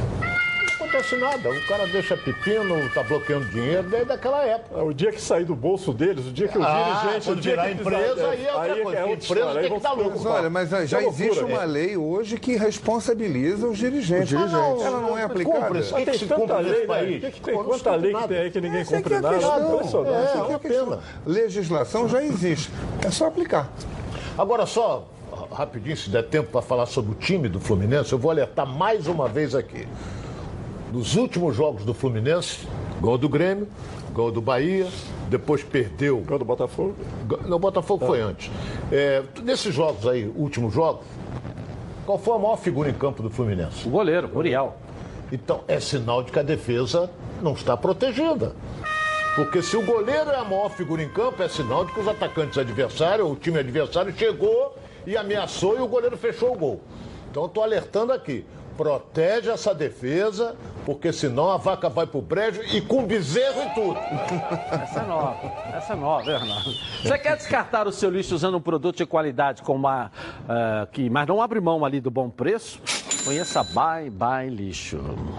Não acontece nada, o cara deixa pepino, tá bloqueando dinheiro desde aquela época. O dia que sair do bolso deles, o dia que os Ah, dirigentes... quando o dia virar que empresa, precisar- aí é outra aí coisa, é outra empresa história, aí tem vão que dar se lucro. Mas preocupar. olha, mas já Isso é existe loucura. uma lei hoje que responsabiliza os dirigentes. Os dirigentes. Ela não é aplicada. Cumpre, Mas que tem se tanta cumpre lei, nesse né? país? Que que tem, Pô, não quanta se lei cumpre que tem aí que ninguém Essa é cumpre que é a nada? questão. Impressionante. É, Essa que uma a questão. pena. Legislação já existe. É só aplicar. Agora só, rapidinho, se der tempo para falar sobre o time do Fluminense, eu vou alertar mais uma vez aqui. nos últimos jogos do Fluminense, gol do Grêmio, gol do Bahia, depois perdeu... Gol do Botafogo? Não, o Botafogo é. foi antes. É, nesses jogos aí, últimos jogos, qual foi a maior figura em campo do Fluminense? O goleiro, Muriel. Então, é sinal de que a defesa não está protegida. Porque se o goleiro é a maior figura em campo, é sinal de que os atacantes adversários, o time adversário chegou e ameaçou e o goleiro fechou o gol. Então, eu estou alertando aqui. Protege essa defesa, porque senão a vaca vai pro brejo e com bezerro e tudo. Essa é nova, essa é nova, Bernardo. Você quer descartar o seu lixo usando um produto de qualidade com uma, uh, que, mas não abre mão ali do bom preço? Conheça Bye Bye Lixo.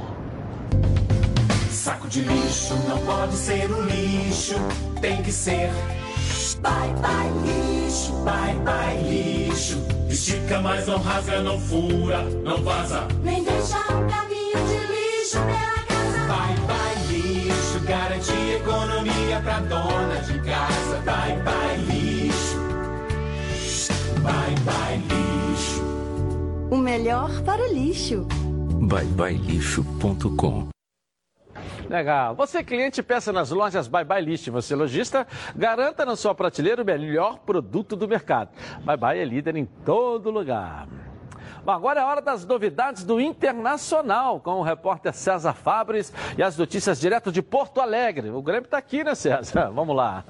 Saco de lixo não pode ser um lixo, tem que ser Bye Bye Lixo, Bye Bye Lixo. Estica, mas não rasga, não fura, não vaza, nem deixa um caminho de lixo pela casa. Bye Bye Lixo, garante economia pra dona de casa. Bye Bye Lixo, Bye Bye Lixo. O melhor para o lixo. bye bye lixo ponto com. Legal. Você, cliente, peça nas lojas Bye Bye Lixo. Você, lojista, garanta na sua prateleira o melhor produto do mercado. Bye Bye é líder em todo lugar. Bom, agora é hora das novidades do Internacional, com o repórter César Fabres e as notícias direto de Porto Alegre. O Grêmio está aqui, né, César? Vamos lá.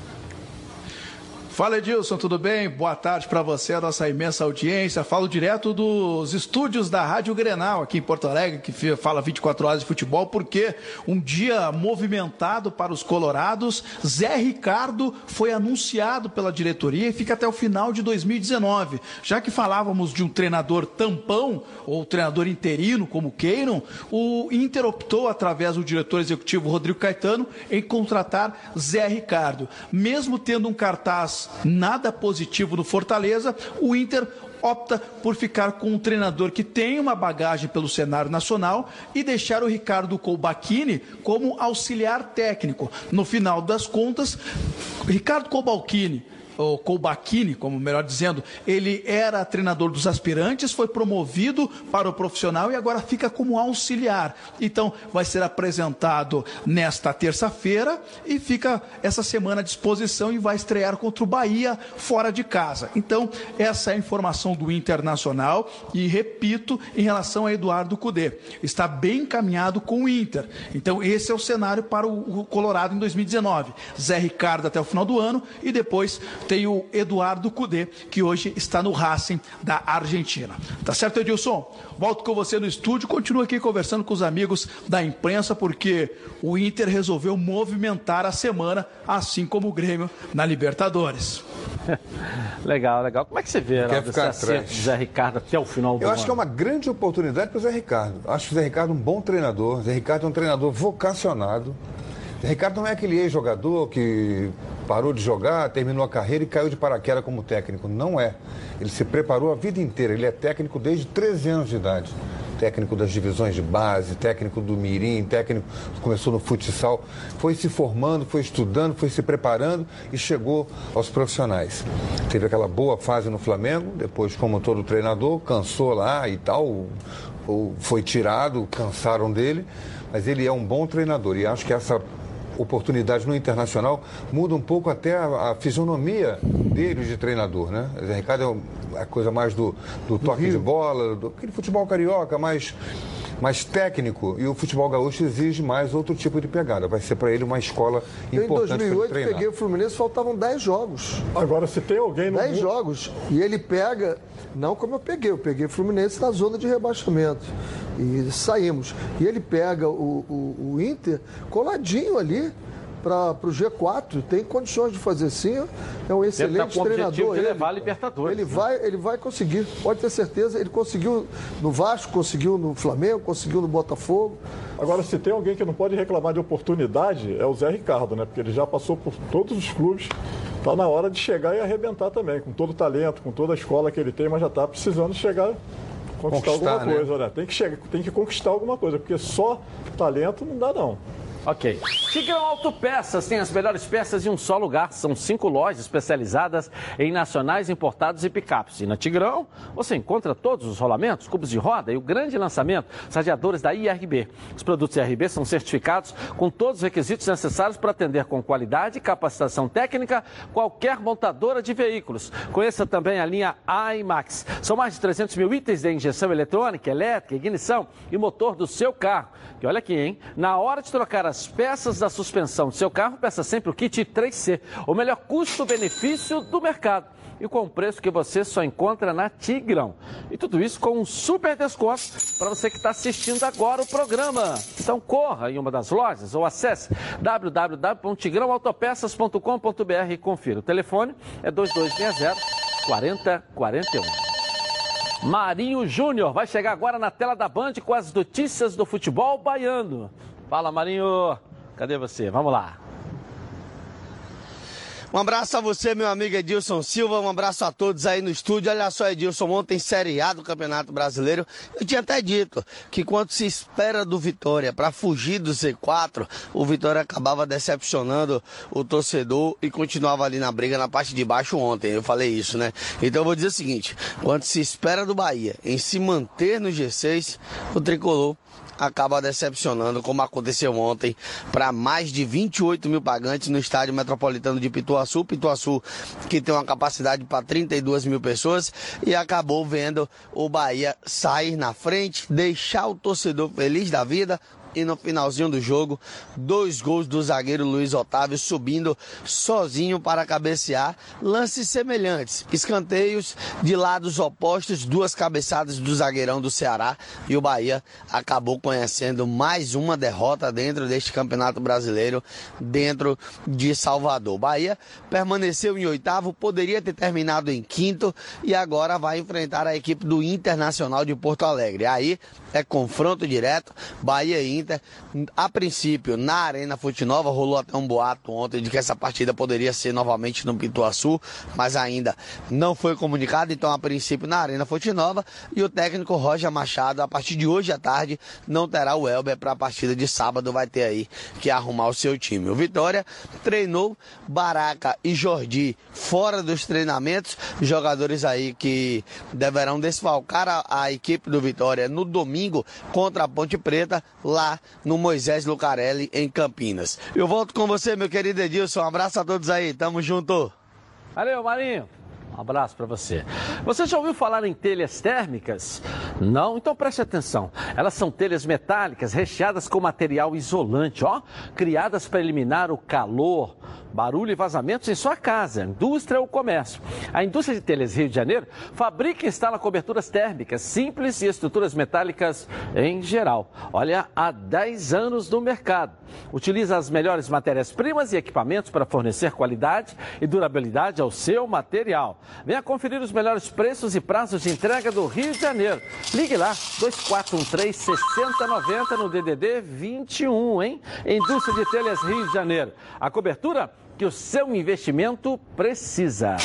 Fala, Edilson, tudo bem? Boa tarde para você, a nossa imensa audiência. Falo direto dos estúdios da Rádio Grenal, aqui em Porto Alegre, que fala vinte e quatro horas de futebol, porque um dia movimentado para os colorados. Zé Ricardo foi anunciado pela diretoria e fica até o final de dois mil e dezenove. Já que falávamos de um treinador tampão, ou treinador interino, como queiram, o Inter optou, através do diretor executivo Rodrigo Caetano, em contratar Zé Ricardo. Mesmo tendo um cartaz nada positivo no Fortaleza, o Inter opta por ficar com um treinador que tem uma bagagem pelo cenário nacional e deixar o Ricardo Colbachini como auxiliar técnico. No final das contas, Ricardo Colbachini, ou Colbachini, como melhor dizendo, ele era treinador dos aspirantes, foi promovido para o profissional e agora fica como auxiliar. Então, vai ser apresentado nesta terça-feira e fica essa semana à disposição e vai estrear contra o Bahia fora de casa. Então, essa é a informação do Internacional e, repito, em relação a Eduardo Cudê. Está bem encaminhado com o Inter. Então, esse é o cenário para o Colorado em dois mil e dezenove. Zé Ricardo até o final do ano e depois tem o Eduardo Cudê, que hoje está no Racing da Argentina. Tá certo, Edilson? Volto com você no estúdio, continuo aqui conversando com os amigos da imprensa, porque o Inter resolveu movimentar a semana, assim como o Grêmio na Libertadores. Legal, legal. Como é que você vê Quer ficar esse acerto do Zé Ricardo até o final do Eu ano? acho que é uma grande oportunidade para o Zé Ricardo. Acho o Zé Ricardo um bom treinador. O Zé Ricardo é um treinador vocacionado. O Zé Ricardo não é aquele ex-jogador que parou de jogar, terminou a carreira e caiu de paraquedas como técnico. Não é. Ele se preparou a vida inteira. Ele é técnico desde treze anos de idade. Técnico das divisões de base, técnico do mirim, técnico começou no futsal, foi se formando, foi estudando, foi se preparando e chegou aos profissionais. Teve aquela boa fase no Flamengo, depois, como todo treinador, cansou lá e tal, ou foi tirado, cansaram dele, mas ele é um bom treinador e acho que essa oportunidade no Internacional muda um pouco até a, a fisionomia dele de treinador, né? O Zé Ricardo é a coisa mais do, do toque de bola, do aquele futebol carioca mais, mais técnico, e o futebol gaúcho exige mais outro tipo de pegada. Vai ser para ele uma escola eu, importante para ele treinar. Em dois mil e oito peguei o Fluminense, faltavam dez jogos. Agora, se tem alguém no dez jogos. E ele pega, não como eu peguei, eu peguei o Fluminense na zona de rebaixamento. E saímos. E ele pega o, o, o Inter coladinho ali para o G quatro. Tem condições de fazer sim. É um excelente tá com treinador. De ele, levar a Libertadores, ele, né? vai, ele vai conseguir, pode ter certeza. Ele conseguiu no Vasco, conseguiu no Flamengo, conseguiu no Botafogo. Agora, se tem alguém que não pode reclamar de oportunidade, é o Zé Ricardo, né? Porque ele já passou por todos os clubes. Está na hora de chegar e arrebentar também, com todo o talento, com toda a escola que ele tem, mas já está precisando chegar, conquistar, conquistar alguma né? coisa, né? Tem que chegar, tem que conquistar alguma coisa, porque só talento não dá, não. Ok. Tigrão Autopeças tem as melhores peças em um só lugar. São cinco lojas especializadas em nacionais, importados e picapes. E na Tigrão, você encontra todos os rolamentos, cubos de roda e o grande lançamento, os radiadores da I R B. Os produtos I R B são certificados com todos os requisitos necessários para atender com qualidade e capacitação técnica qualquer montadora de veículos. Conheça também a linha iMax. São mais de trezentos mil itens de injeção eletrônica, elétrica, ignição e motor do seu carro. E olha aqui, hein? Na hora de trocar as peças da suspensão do seu carro, peça sempre o kit três C, o melhor custo-benefício do mercado. E com o preço que você só encontra na Tigrão. E tudo isso com um super desconto para você que está assistindo agora o programa. Então corra em uma das lojas ou acesse w w w ponto tigrão autopeças ponto com ponto b r e confira. O telefone é dois dois seis zero, quatro zero quatro um. Marinho Júnior vai chegar agora na tela da Band com as notícias do futebol baiano. Fala, Marinho. Cadê você? Vamos lá. Um abraço a você, meu amigo Edilson Silva, um abraço a todos aí no estúdio. Olha só, Edilson, ontem Série A do Campeonato Brasileiro, eu tinha até dito que quando se espera do Vitória para fugir do Z quatro, o Vitória acabava decepcionando o torcedor e continuava ali na briga na parte de baixo ontem, eu falei isso, né? Então eu vou dizer o seguinte, quando se espera do Bahia em se manter no G seis, o Tricolor acaba decepcionando, como aconteceu ontem, para mais de vinte e oito mil pagantes no estádio metropolitano de Pituaçu. Pituaçu, que tem uma capacidade para trinta e duas mil pessoas, e acabou vendo o Bahia sair na frente, deixar o torcedor feliz da vida. E no finalzinho do jogo, dois gols do zagueiro Luiz Otávio subindo sozinho para cabecear. Lances semelhantes, escanteios de lados opostos, duas cabeçadas do zagueirão do Ceará. E o Bahia acabou conhecendo mais uma derrota dentro deste Campeonato Brasileiro, dentro de Salvador. O Bahia permaneceu em oitavo, poderia ter terminado em quinto e agora vai enfrentar a equipe do Internacional de Porto Alegre. Aí é confronto direto, Bahia e Inter. A princípio, na Arena Fonte Nova, rolou até um boato ontem de que essa partida poderia ser novamente no Pituaçu, mas ainda não foi comunicado, então a princípio na Arena Fonte Nova, e o técnico Roger Machado, a partir de hoje à tarde, não terá o Elber para a partida de sábado, vai ter aí que arrumar o seu time. O Vitória treinou Baraca e Jordi fora dos treinamentos, jogadores aí que deverão desfalcar a, a equipe do Vitória no domingo contra a Ponte Preta, lá no Moisés Lucarelli, em Campinas. Eu volto com você, meu querido Edilson. Um abraço a todos aí. Tamo junto. Valeu, Marinho. Um abraço para você. Você já ouviu falar em telhas térmicas? Não? Então preste atenção. Elas são telhas metálicas recheadas com material isolante, ó, criadas para eliminar o calor, barulho e vazamentos em sua casa, indústria ou comércio. A indústria de telhas Rio de Janeiro fabrica e instala coberturas térmicas simples e estruturas metálicas em geral. Olha, há dez anos no mercado. Utiliza as melhores matérias-primas e equipamentos para fornecer qualidade e durabilidade ao seu material. Venha conferir os melhores preços e prazos de entrega do Rio de Janeiro. Ligue lá, dois quatro um três, seis zero nove zero no D D D vinte e um, hein? Indústria de Telhas Rio de Janeiro. A cobertura que o seu investimento precisa.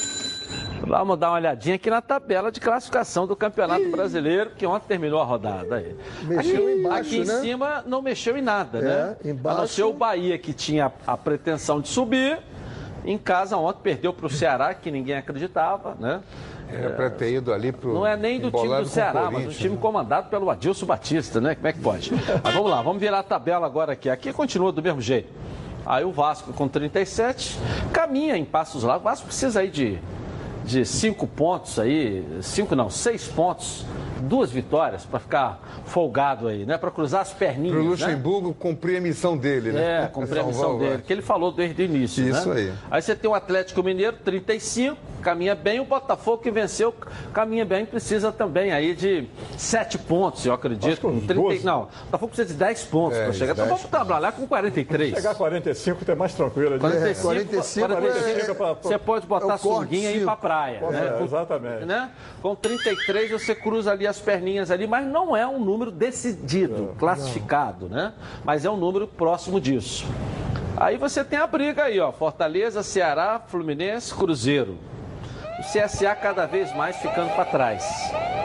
Vamos dar uma olhadinha aqui na tabela de classificação do Campeonato Brasileiro, que ontem terminou a rodada aí. Mexeu aqui, embaixo, aqui em né? cima não mexeu em nada, É, né? embaixo. A não ser o Bahia, que tinha a pretensão de subir. Em casa ontem perdeu para o Ceará, que ninguém acreditava, né? Era para ter ido ali pro. Não é nem do time do Ceará, mas um time né? comandado pelo Adilson Batista, né? Como é que pode? Mas vamos lá, vamos virar a tabela agora aqui. Aqui continua do mesmo jeito. Aí o Vasco com trinta e sete, caminha em passos lá. O Vasco precisa aí de, de cinco pontos aí, cinco não, seis pontos, duas vitórias para ficar folgado aí, né? Para cruzar as perninhas. Para o Luxemburgo, né? Cumprir a missão dele, né? É, cumprir a missão dele, que ele falou desde o início. Isso né? aí. Aí você tem o Atlético Mineiro, trinta e cinco, caminha bem. O Botafogo, que venceu, caminha bem, precisa também aí de sete pontos, eu acredito. Com trinta, não, o Botafogo precisa de dez pontos É, para chegar. Então vamos trabalhar com quarenta e três. Chegar a quarenta e cinco é mais tranquilo. quarenta e cinco, quarenta e cinco, quarenta e cinco, é, pra, você pode botar a sunguinha e ir para a praia. Pode, Né? é, exatamente. Né? Com trinta e três você cruza ali as perninhas ali, mas não é um número decidido, não, classificado, não. né? Mas é um número próximo disso. Aí você tem a briga aí, ó, Fortaleza, Ceará, Fluminense, Cruzeiro. O C S A cada vez mais ficando para trás.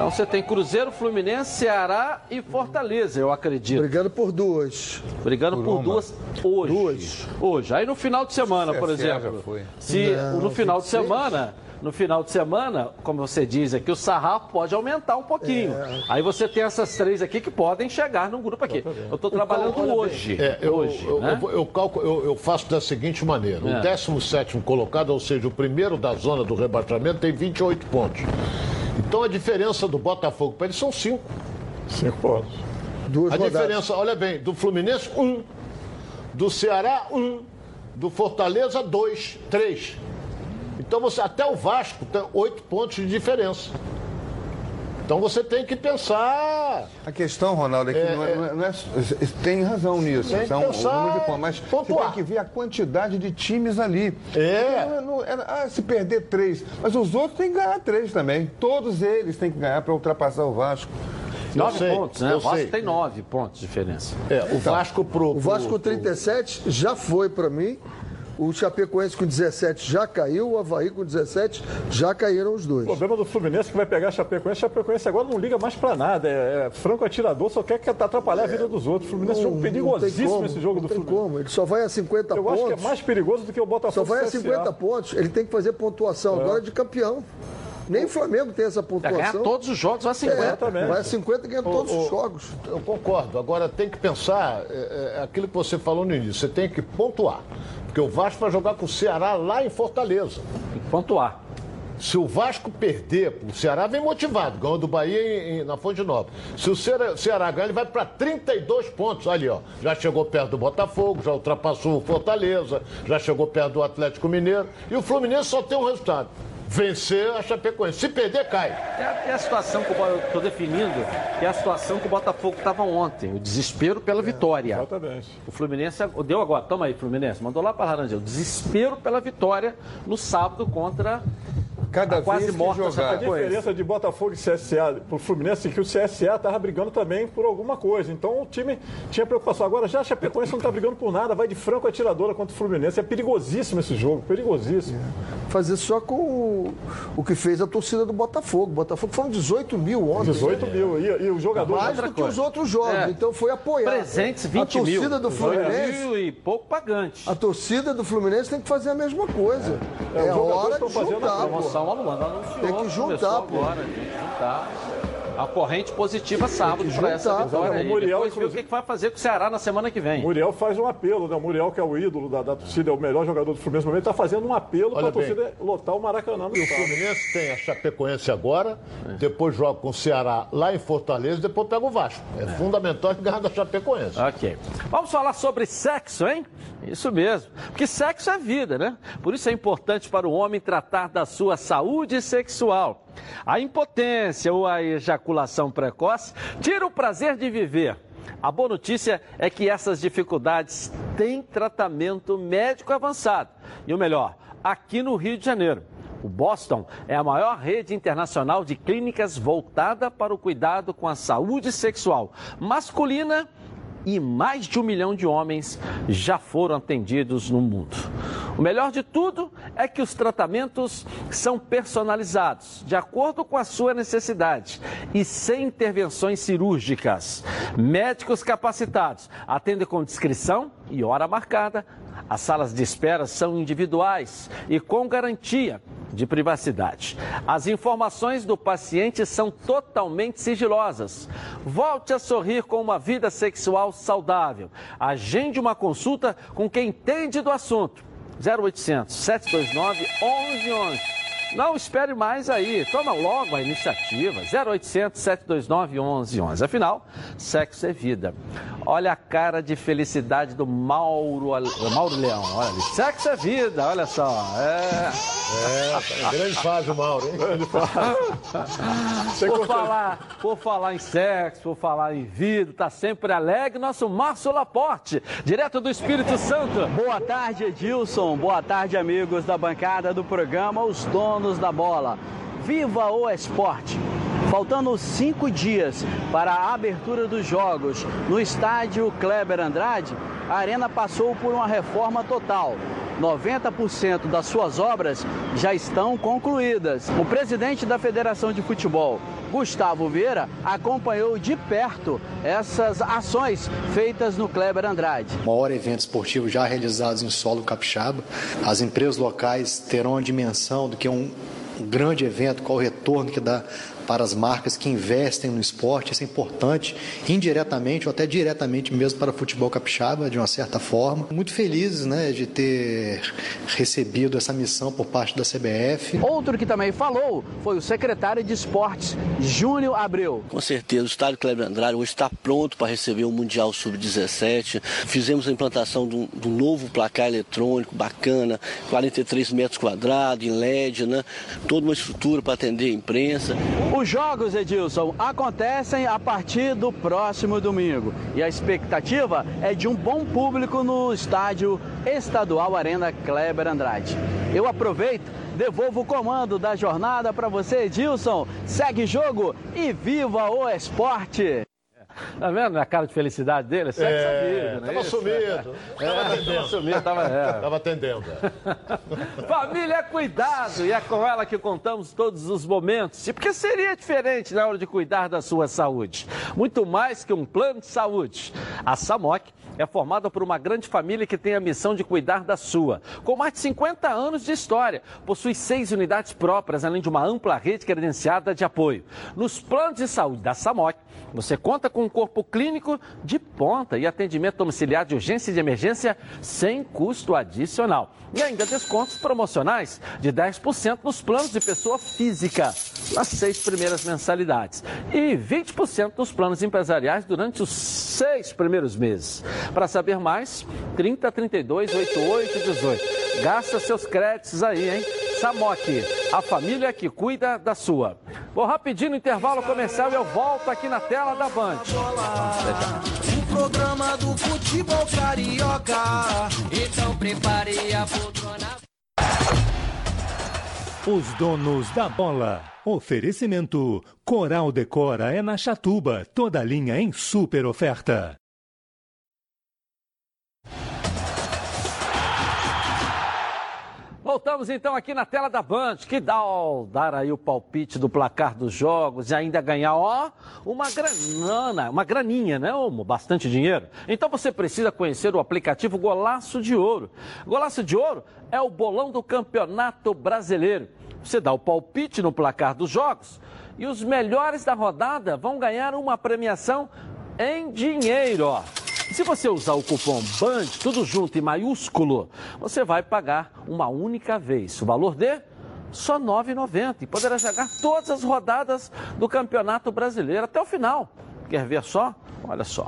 Então você tem Cruzeiro, Fluminense, Ceará e Fortaleza, eu acredito. Brigando por duas. Brigando por, por duas hoje. Duas. Hoje. Aí no final de semana, por exemplo. Se Não, no final de vinte e seis. semana. No final de semana, como você diz aqui, o sarrafo pode aumentar um pouquinho. É. Aí você tem essas três aqui que podem chegar num grupo aqui. Eu estou trabalhando Olha hoje. É, eu, hoje eu, né? eu, eu, calculo, eu, eu faço da seguinte maneira. É. O décimo sétimo colocado, ou seja, o primeiro da zona do rebaixamento, tem vinte e oito pontos. Então a diferença do Botafogo para ele são cinco. Cinco pontos. Duas a rodadas. diferença, olha bem, do Fluminense, um. Do Ceará, um. Do Fortaleza, dois. Três. Então você, até o Vasco tem oito pontos de diferença. Então você tem que pensar. A questão, Ronaldo, é que É, não, é, não, é, não é. Tem razão nisso. Tem que São pensar, um número de pontos, mas pontuar. você tem que ver a quantidade de times ali. É. Não, não, é- ah, se perder três. Mas os outros têm que ganhar três também. Todos eles têm que ganhar para ultrapassar o Vasco. Nove sei, pontos, né? eu O Vasco sei. tem nove pontos de diferença. É, o Vasco pro. O Vasco com pro- trinta e sete já foi para mim. O Chapecoense com dezessete já caiu. O Avaí com dezessete já caíram os dois. O problema do Fluminense que vai pegar a Chapecoense, a Chapecoense agora não liga mais pra nada. É, é franco atirador, só quer atrapalhar a vida dos outros. O Fluminense é um jogo perigosíssimo esse jogo não do tem Fluminense. como. Ele só vai a cinquenta Eu pontos. acho que é mais perigoso do que o Botafogo. Só vai a C S A. cinquenta pontos. Ele tem que fazer pontuação É. agora de campeão. Nem o Flamengo tem essa Vai pontuação. ganhar todos os jogos, vai a cinquenta. É, vai a cinquenta e ganha todos Ô, os ô, jogos. Eu concordo. Agora tem que pensar é, é, aquilo que você falou no início. Você tem que pontuar. Porque o Vasco vai jogar com o Ceará lá em Fortaleza. Tem que pontuar. Se o Vasco perder, o Ceará vem motivado, ganhou do Bahia em- em- na Fonte Nova. Se o Ceará, Ceará ganhar, ele vai para trinta e dois pontos. Ali, ó. Já chegou perto do Botafogo, já ultrapassou o Fortaleza, já chegou perto do Atlético Mineiro. E o Fluminense só tem um resultado: vencer a Chapecoense. Se perder, cai. É a, é a situação que eu estou definindo, que é a situação que o Botafogo estava ontem, o desespero pela vitória. Exatamente. O Fluminense deu agora, toma aí, Fluminense, mandou lá para Laranjeira, o desespero pela vitória no sábado contra Cada a quase vez que morta jogar. A Chapecoense. diferença de Botafogo e C S A pro Fluminense é que o C S A estava brigando também por alguma coisa. Então o time tinha preocupação. Agora já a Chapecoense não está brigando por nada, vai de franco atiradora contra o Fluminense. É perigosíssimo esse jogo, perigosíssimo. Fazer só com o, o que fez a torcida do Botafogo. O Botafogo foram dezoito mil ontem. dezoito mil. E, e o jogador. Mais do que os outros jogos. É. Então foi apoiar. Presentes vinte a mil. torcida do Fluminense. mil e pouco pagantes. A torcida do Fluminense tem que fazer a mesma coisa. É, É, os jogadores hora estão de fazendo a juntar, pô. Promoção Aluano anunciou. Tem que juntar, começou pô. agora, tem que juntar. A corrente positiva sábado que para essa juntar. vitória aí. O Muriel, Depois ver o que que vai fazer com o Ceará na semana que vem. O Muriel faz um apelo, né? O Muriel, que é o ídolo da, da torcida, é o melhor jogador do Fluminense, no momento, está fazendo um apelo para Olha a bem. torcida lotar o Maracanã no E o estádio. Fluminense tem a Chapecoense agora, depois joga com o Ceará lá em Fortaleza e depois pega o Vasco. É, fundamental que ganhar da Chapecoense. Ok. Vamos falar sobre sexo, hein? Isso mesmo. Porque sexo é vida, né? Por isso é importante para o homem tratar da sua saúde sexual. A impotência ou a ejaculação precoce tira o prazer de viver. A boa notícia é que essas dificuldades têm tratamento médico avançado. E o melhor, aqui no Rio de Janeiro. O Boston é a maior rede internacional de clínicas voltada para o cuidado com a saúde sexual masculina e mais de um milhão de homens já foram atendidos no mundo. O melhor de tudo é que os tratamentos são personalizados, de acordo com a sua necessidade e sem intervenções cirúrgicas. Médicos capacitados atendem com descrição e hora marcada. As salas de espera são individuais e com garantia de privacidade. As informações do paciente são totalmente sigilosas. Volte a sorrir com uma vida sexual saudável. Agende uma consulta com quem entende do assunto. zero oitocentos, sete dois nove, onze onze. Não espere mais aí, toma logo a iniciativa. zero oitocentos, sete dois nove, onze onze. Afinal, sexo é vida. Olha a cara de felicidade do Mauro, Mauro Leão. Olha ali. Sexo é vida, olha só. É, É, é grande fase o Mauro, hein? por, falar, por falar em sexo, por falar em vida, tá sempre alegre, nosso Márcio Laporte, direto do Espírito Santo. Boa tarde, Edilson. Boa tarde, amigos da bancada do programa Os Donos da Bola. Viva o esporte! Faltando cinco dias para a abertura dos jogos no estádio Kleber Andrade, a arena passou por uma reforma total. noventa por cento das suas obras já estão concluídas. O presidente da Federação de Futebol, Gustavo Vieira, acompanhou de perto essas ações feitas no Kleber Andrade. O maior evento esportivo já realizados em solo capixaba. As empresas locais terão a dimensão do que é um grande evento, qual o retorno que dá para as marcas que investem no esporte. Isso é importante, indiretamente ou até diretamente mesmo para o futebol capixaba, de uma certa forma. Muito felizes, né, de ter recebido essa missão por parte da C B F. Outro que também falou foi o secretário de Esportes, Júnior Abreu. Com certeza, o estádio Kleber Andrade hoje está pronto para receber o Mundial sub dezessete. Fizemos a implantação de um, de um novo placar eletrônico bacana, quarenta e três metros quadrados, em L E D, né? Toda uma estrutura para atender a imprensa. Os jogos, Edilson, acontecem a partir do próximo domingo. E a expectativa é de um bom público no estádio estadual Arena Kleber Andrade. Eu aproveito, devolvo o comando da jornada para você, Edilson. Segue jogo e viva o esporte! Tá vendo a cara de felicidade dele? Segue é, essa vida, né? Tava sumido. É, tava atendendo. Tava sumido, tava, é. Tava atendendo. Família é cuidado e é com ela que contamos todos os momentos. E porque seria diferente na hora de cuidar da sua saúde? Muito mais que um plano de saúde. A Samok é formada por uma grande família que tem a missão de cuidar da sua. Com mais de cinquenta anos de história, possui seis unidades próprias, além de uma ampla rede credenciada de apoio. Nos planos de saúde da Samok, você conta com um corpo clínico de ponta e atendimento domiciliar de urgência e de emergência sem custo adicional. E ainda descontos promocionais de dez por cento nos planos de pessoa física, nas seis primeiras mensalidades. E vinte por cento nos planos empresariais durante os seis primeiros meses. Para saber mais, trinta, trinta e dois, oitenta e oito, dezoito. Gasta seus créditos aí, hein? Samok, a família que cuida da sua. Vou rapidinho no intervalo comercial e eu volto aqui na tela da Band. O programa do futebol carioca. Então prepare a poltrona. Os donos da bola. Oferecimento. Coral Decora é na Chatuba. Toda linha em super oferta. Voltamos então aqui na tela da Band, que dá ó, dar aí o palpite do placar dos jogos e ainda ganhar, ó, uma granana, uma graninha, né? Bastante dinheiro. Então você precisa conhecer o aplicativo Golaço de Ouro. Golaço de Ouro é o bolão do Campeonato Brasileiro. Você dá o palpite no placar dos jogos e os melhores da rodada vão ganhar uma premiação em dinheiro, ó. Se você usar o cupom BAND, tudo junto em maiúsculo, você vai pagar uma única vez. O valor de só nove reais e noventa centavos e poderá jogar todas as rodadas do Campeonato Brasileiro até o final. Quer ver só? Olha só.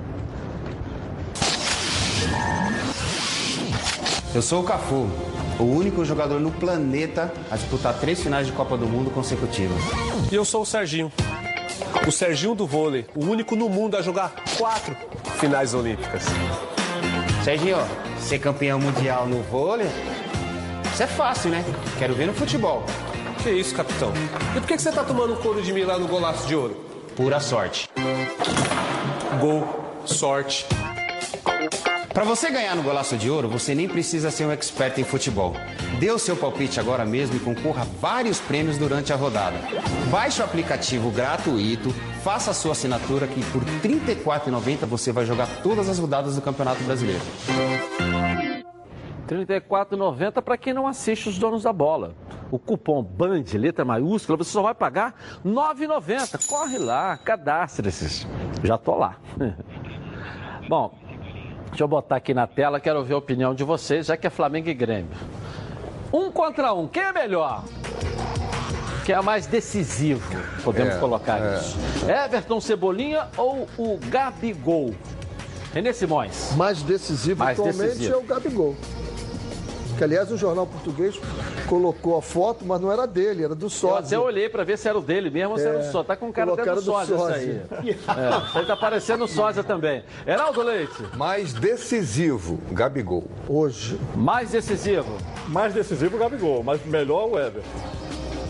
Eu sou o Cafu, o único jogador no planeta a disputar três finais de Copa do Mundo consecutivas. E eu sou o Serginho. O Serginho do vôlei, o único no mundo a jogar quatro finais olímpicas. Serginho, ser campeão mundial no vôlei, isso é fácil, né? Quero ver no futebol. Que isso, capitão? E por que você tá tomando couro de mim lá no Golaço de Ouro? Pura sorte. Gol, sorte. Para você ganhar no Golaço de Ouro, você nem precisa ser um expert em futebol. Dê o seu palpite agora mesmo e concorra a vários prêmios durante a rodada. Baixe o aplicativo gratuito, faça a sua assinatura que por trinta e quatro reais e noventa centavos você vai jogar todas as rodadas do Campeonato Brasileiro. trinta e quatro reais e noventa centavos para quem não assiste os donos da bola. O cupom BAND, letra maiúscula, você só vai pagar nove reais e noventa centavos. Corre lá, cadastre-se. Já tô lá. Bom, deixa eu botar aqui na tela, quero ver a opinião de vocês, já que é Flamengo e Grêmio. Um contra um, quem é melhor? Quem é mais decisivo, podemos é, colocar é. isso. Everton, Cebolinha ou o Gabigol? Renê Simões. Mais decisivo mais atualmente decisivo. É o Gabigol. Que, aliás, o jornal português colocou a foto, mas não era dele, era do sósia. Eu até olhei para ver se era o dele mesmo ou se era o sósia. Tá com cara até do sósia isso aí. É, ele tá parecendo o sósia também. Heraldo Leite. Mais decisivo, Gabigol. Hoje. Mais decisivo. Mais decisivo, Gabigol. Mas melhor o Everton.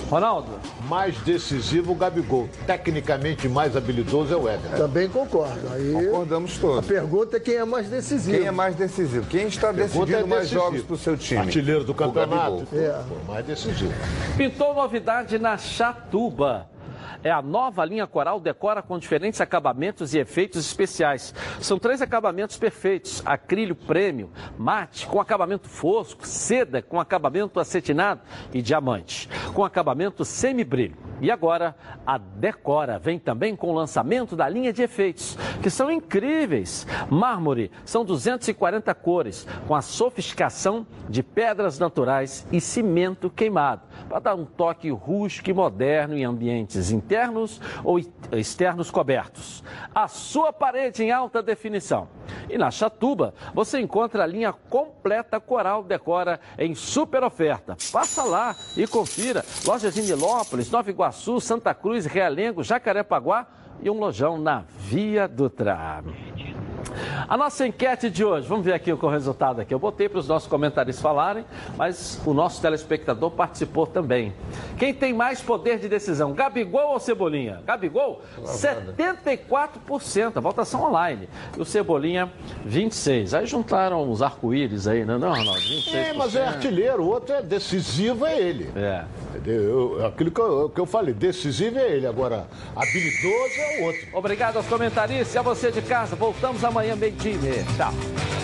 Ronaldo? Mais decisivo o Gabigol. Tecnicamente mais habilidoso é o Éder. Também concordo. Aí, concordamos todos. A pergunta é quem é mais decisivo. Quem é mais decisivo? Quem está decidindo é mais decisivo. jogos para o seu time? Artilheiro do campeonato. É. Mais decisivo. Pintou novidade na Chatuba. É a nova linha Coral Decora com diferentes acabamentos e efeitos especiais. São três acabamentos perfeitos: acrílico prêmio, mate com acabamento fosco, seda com acabamento acetinado e diamante com acabamento semibrilho. E agora a Decora vem também com o lançamento da linha de efeitos, que são incríveis. Mármore, são duzentas e quarenta cores, com a sofisticação de pedras naturais e cimento queimado, para dar um toque rústico e moderno em ambientes internos ou externos cobertos. A sua parede em alta definição. E na Chatuba, você encontra a linha completa Coral Decora em super oferta. Passa lá e confira. Lojas em Nilópolis, Nova Iguaçu, Santa Cruz, Realengo, Jacarepaguá e um lojão na Via Dutra. A nossa enquete de hoje, vamos ver aqui o resultado aqui. Eu botei para os nossos comentaristas falarem, mas o nosso telespectador participou também. Quem tem mais poder de decisão, Gabigol ou Cebolinha? Gabigol, setenta e quatro por cento, a votação online. E o Cebolinha, vinte e seis por cento. Aí juntaram os arco-íris aí, não, não, Ronaldo? vinte e seis por cento. É, mas é artilheiro, o outro é decisivo, é ele. É. Eu, aquilo que eu, que eu falei, decisivo é ele, agora habilidoso é o outro. Obrigado aos comentaristas e a você de casa. Voltamos amanhã, meio-dia e meia. Tchau.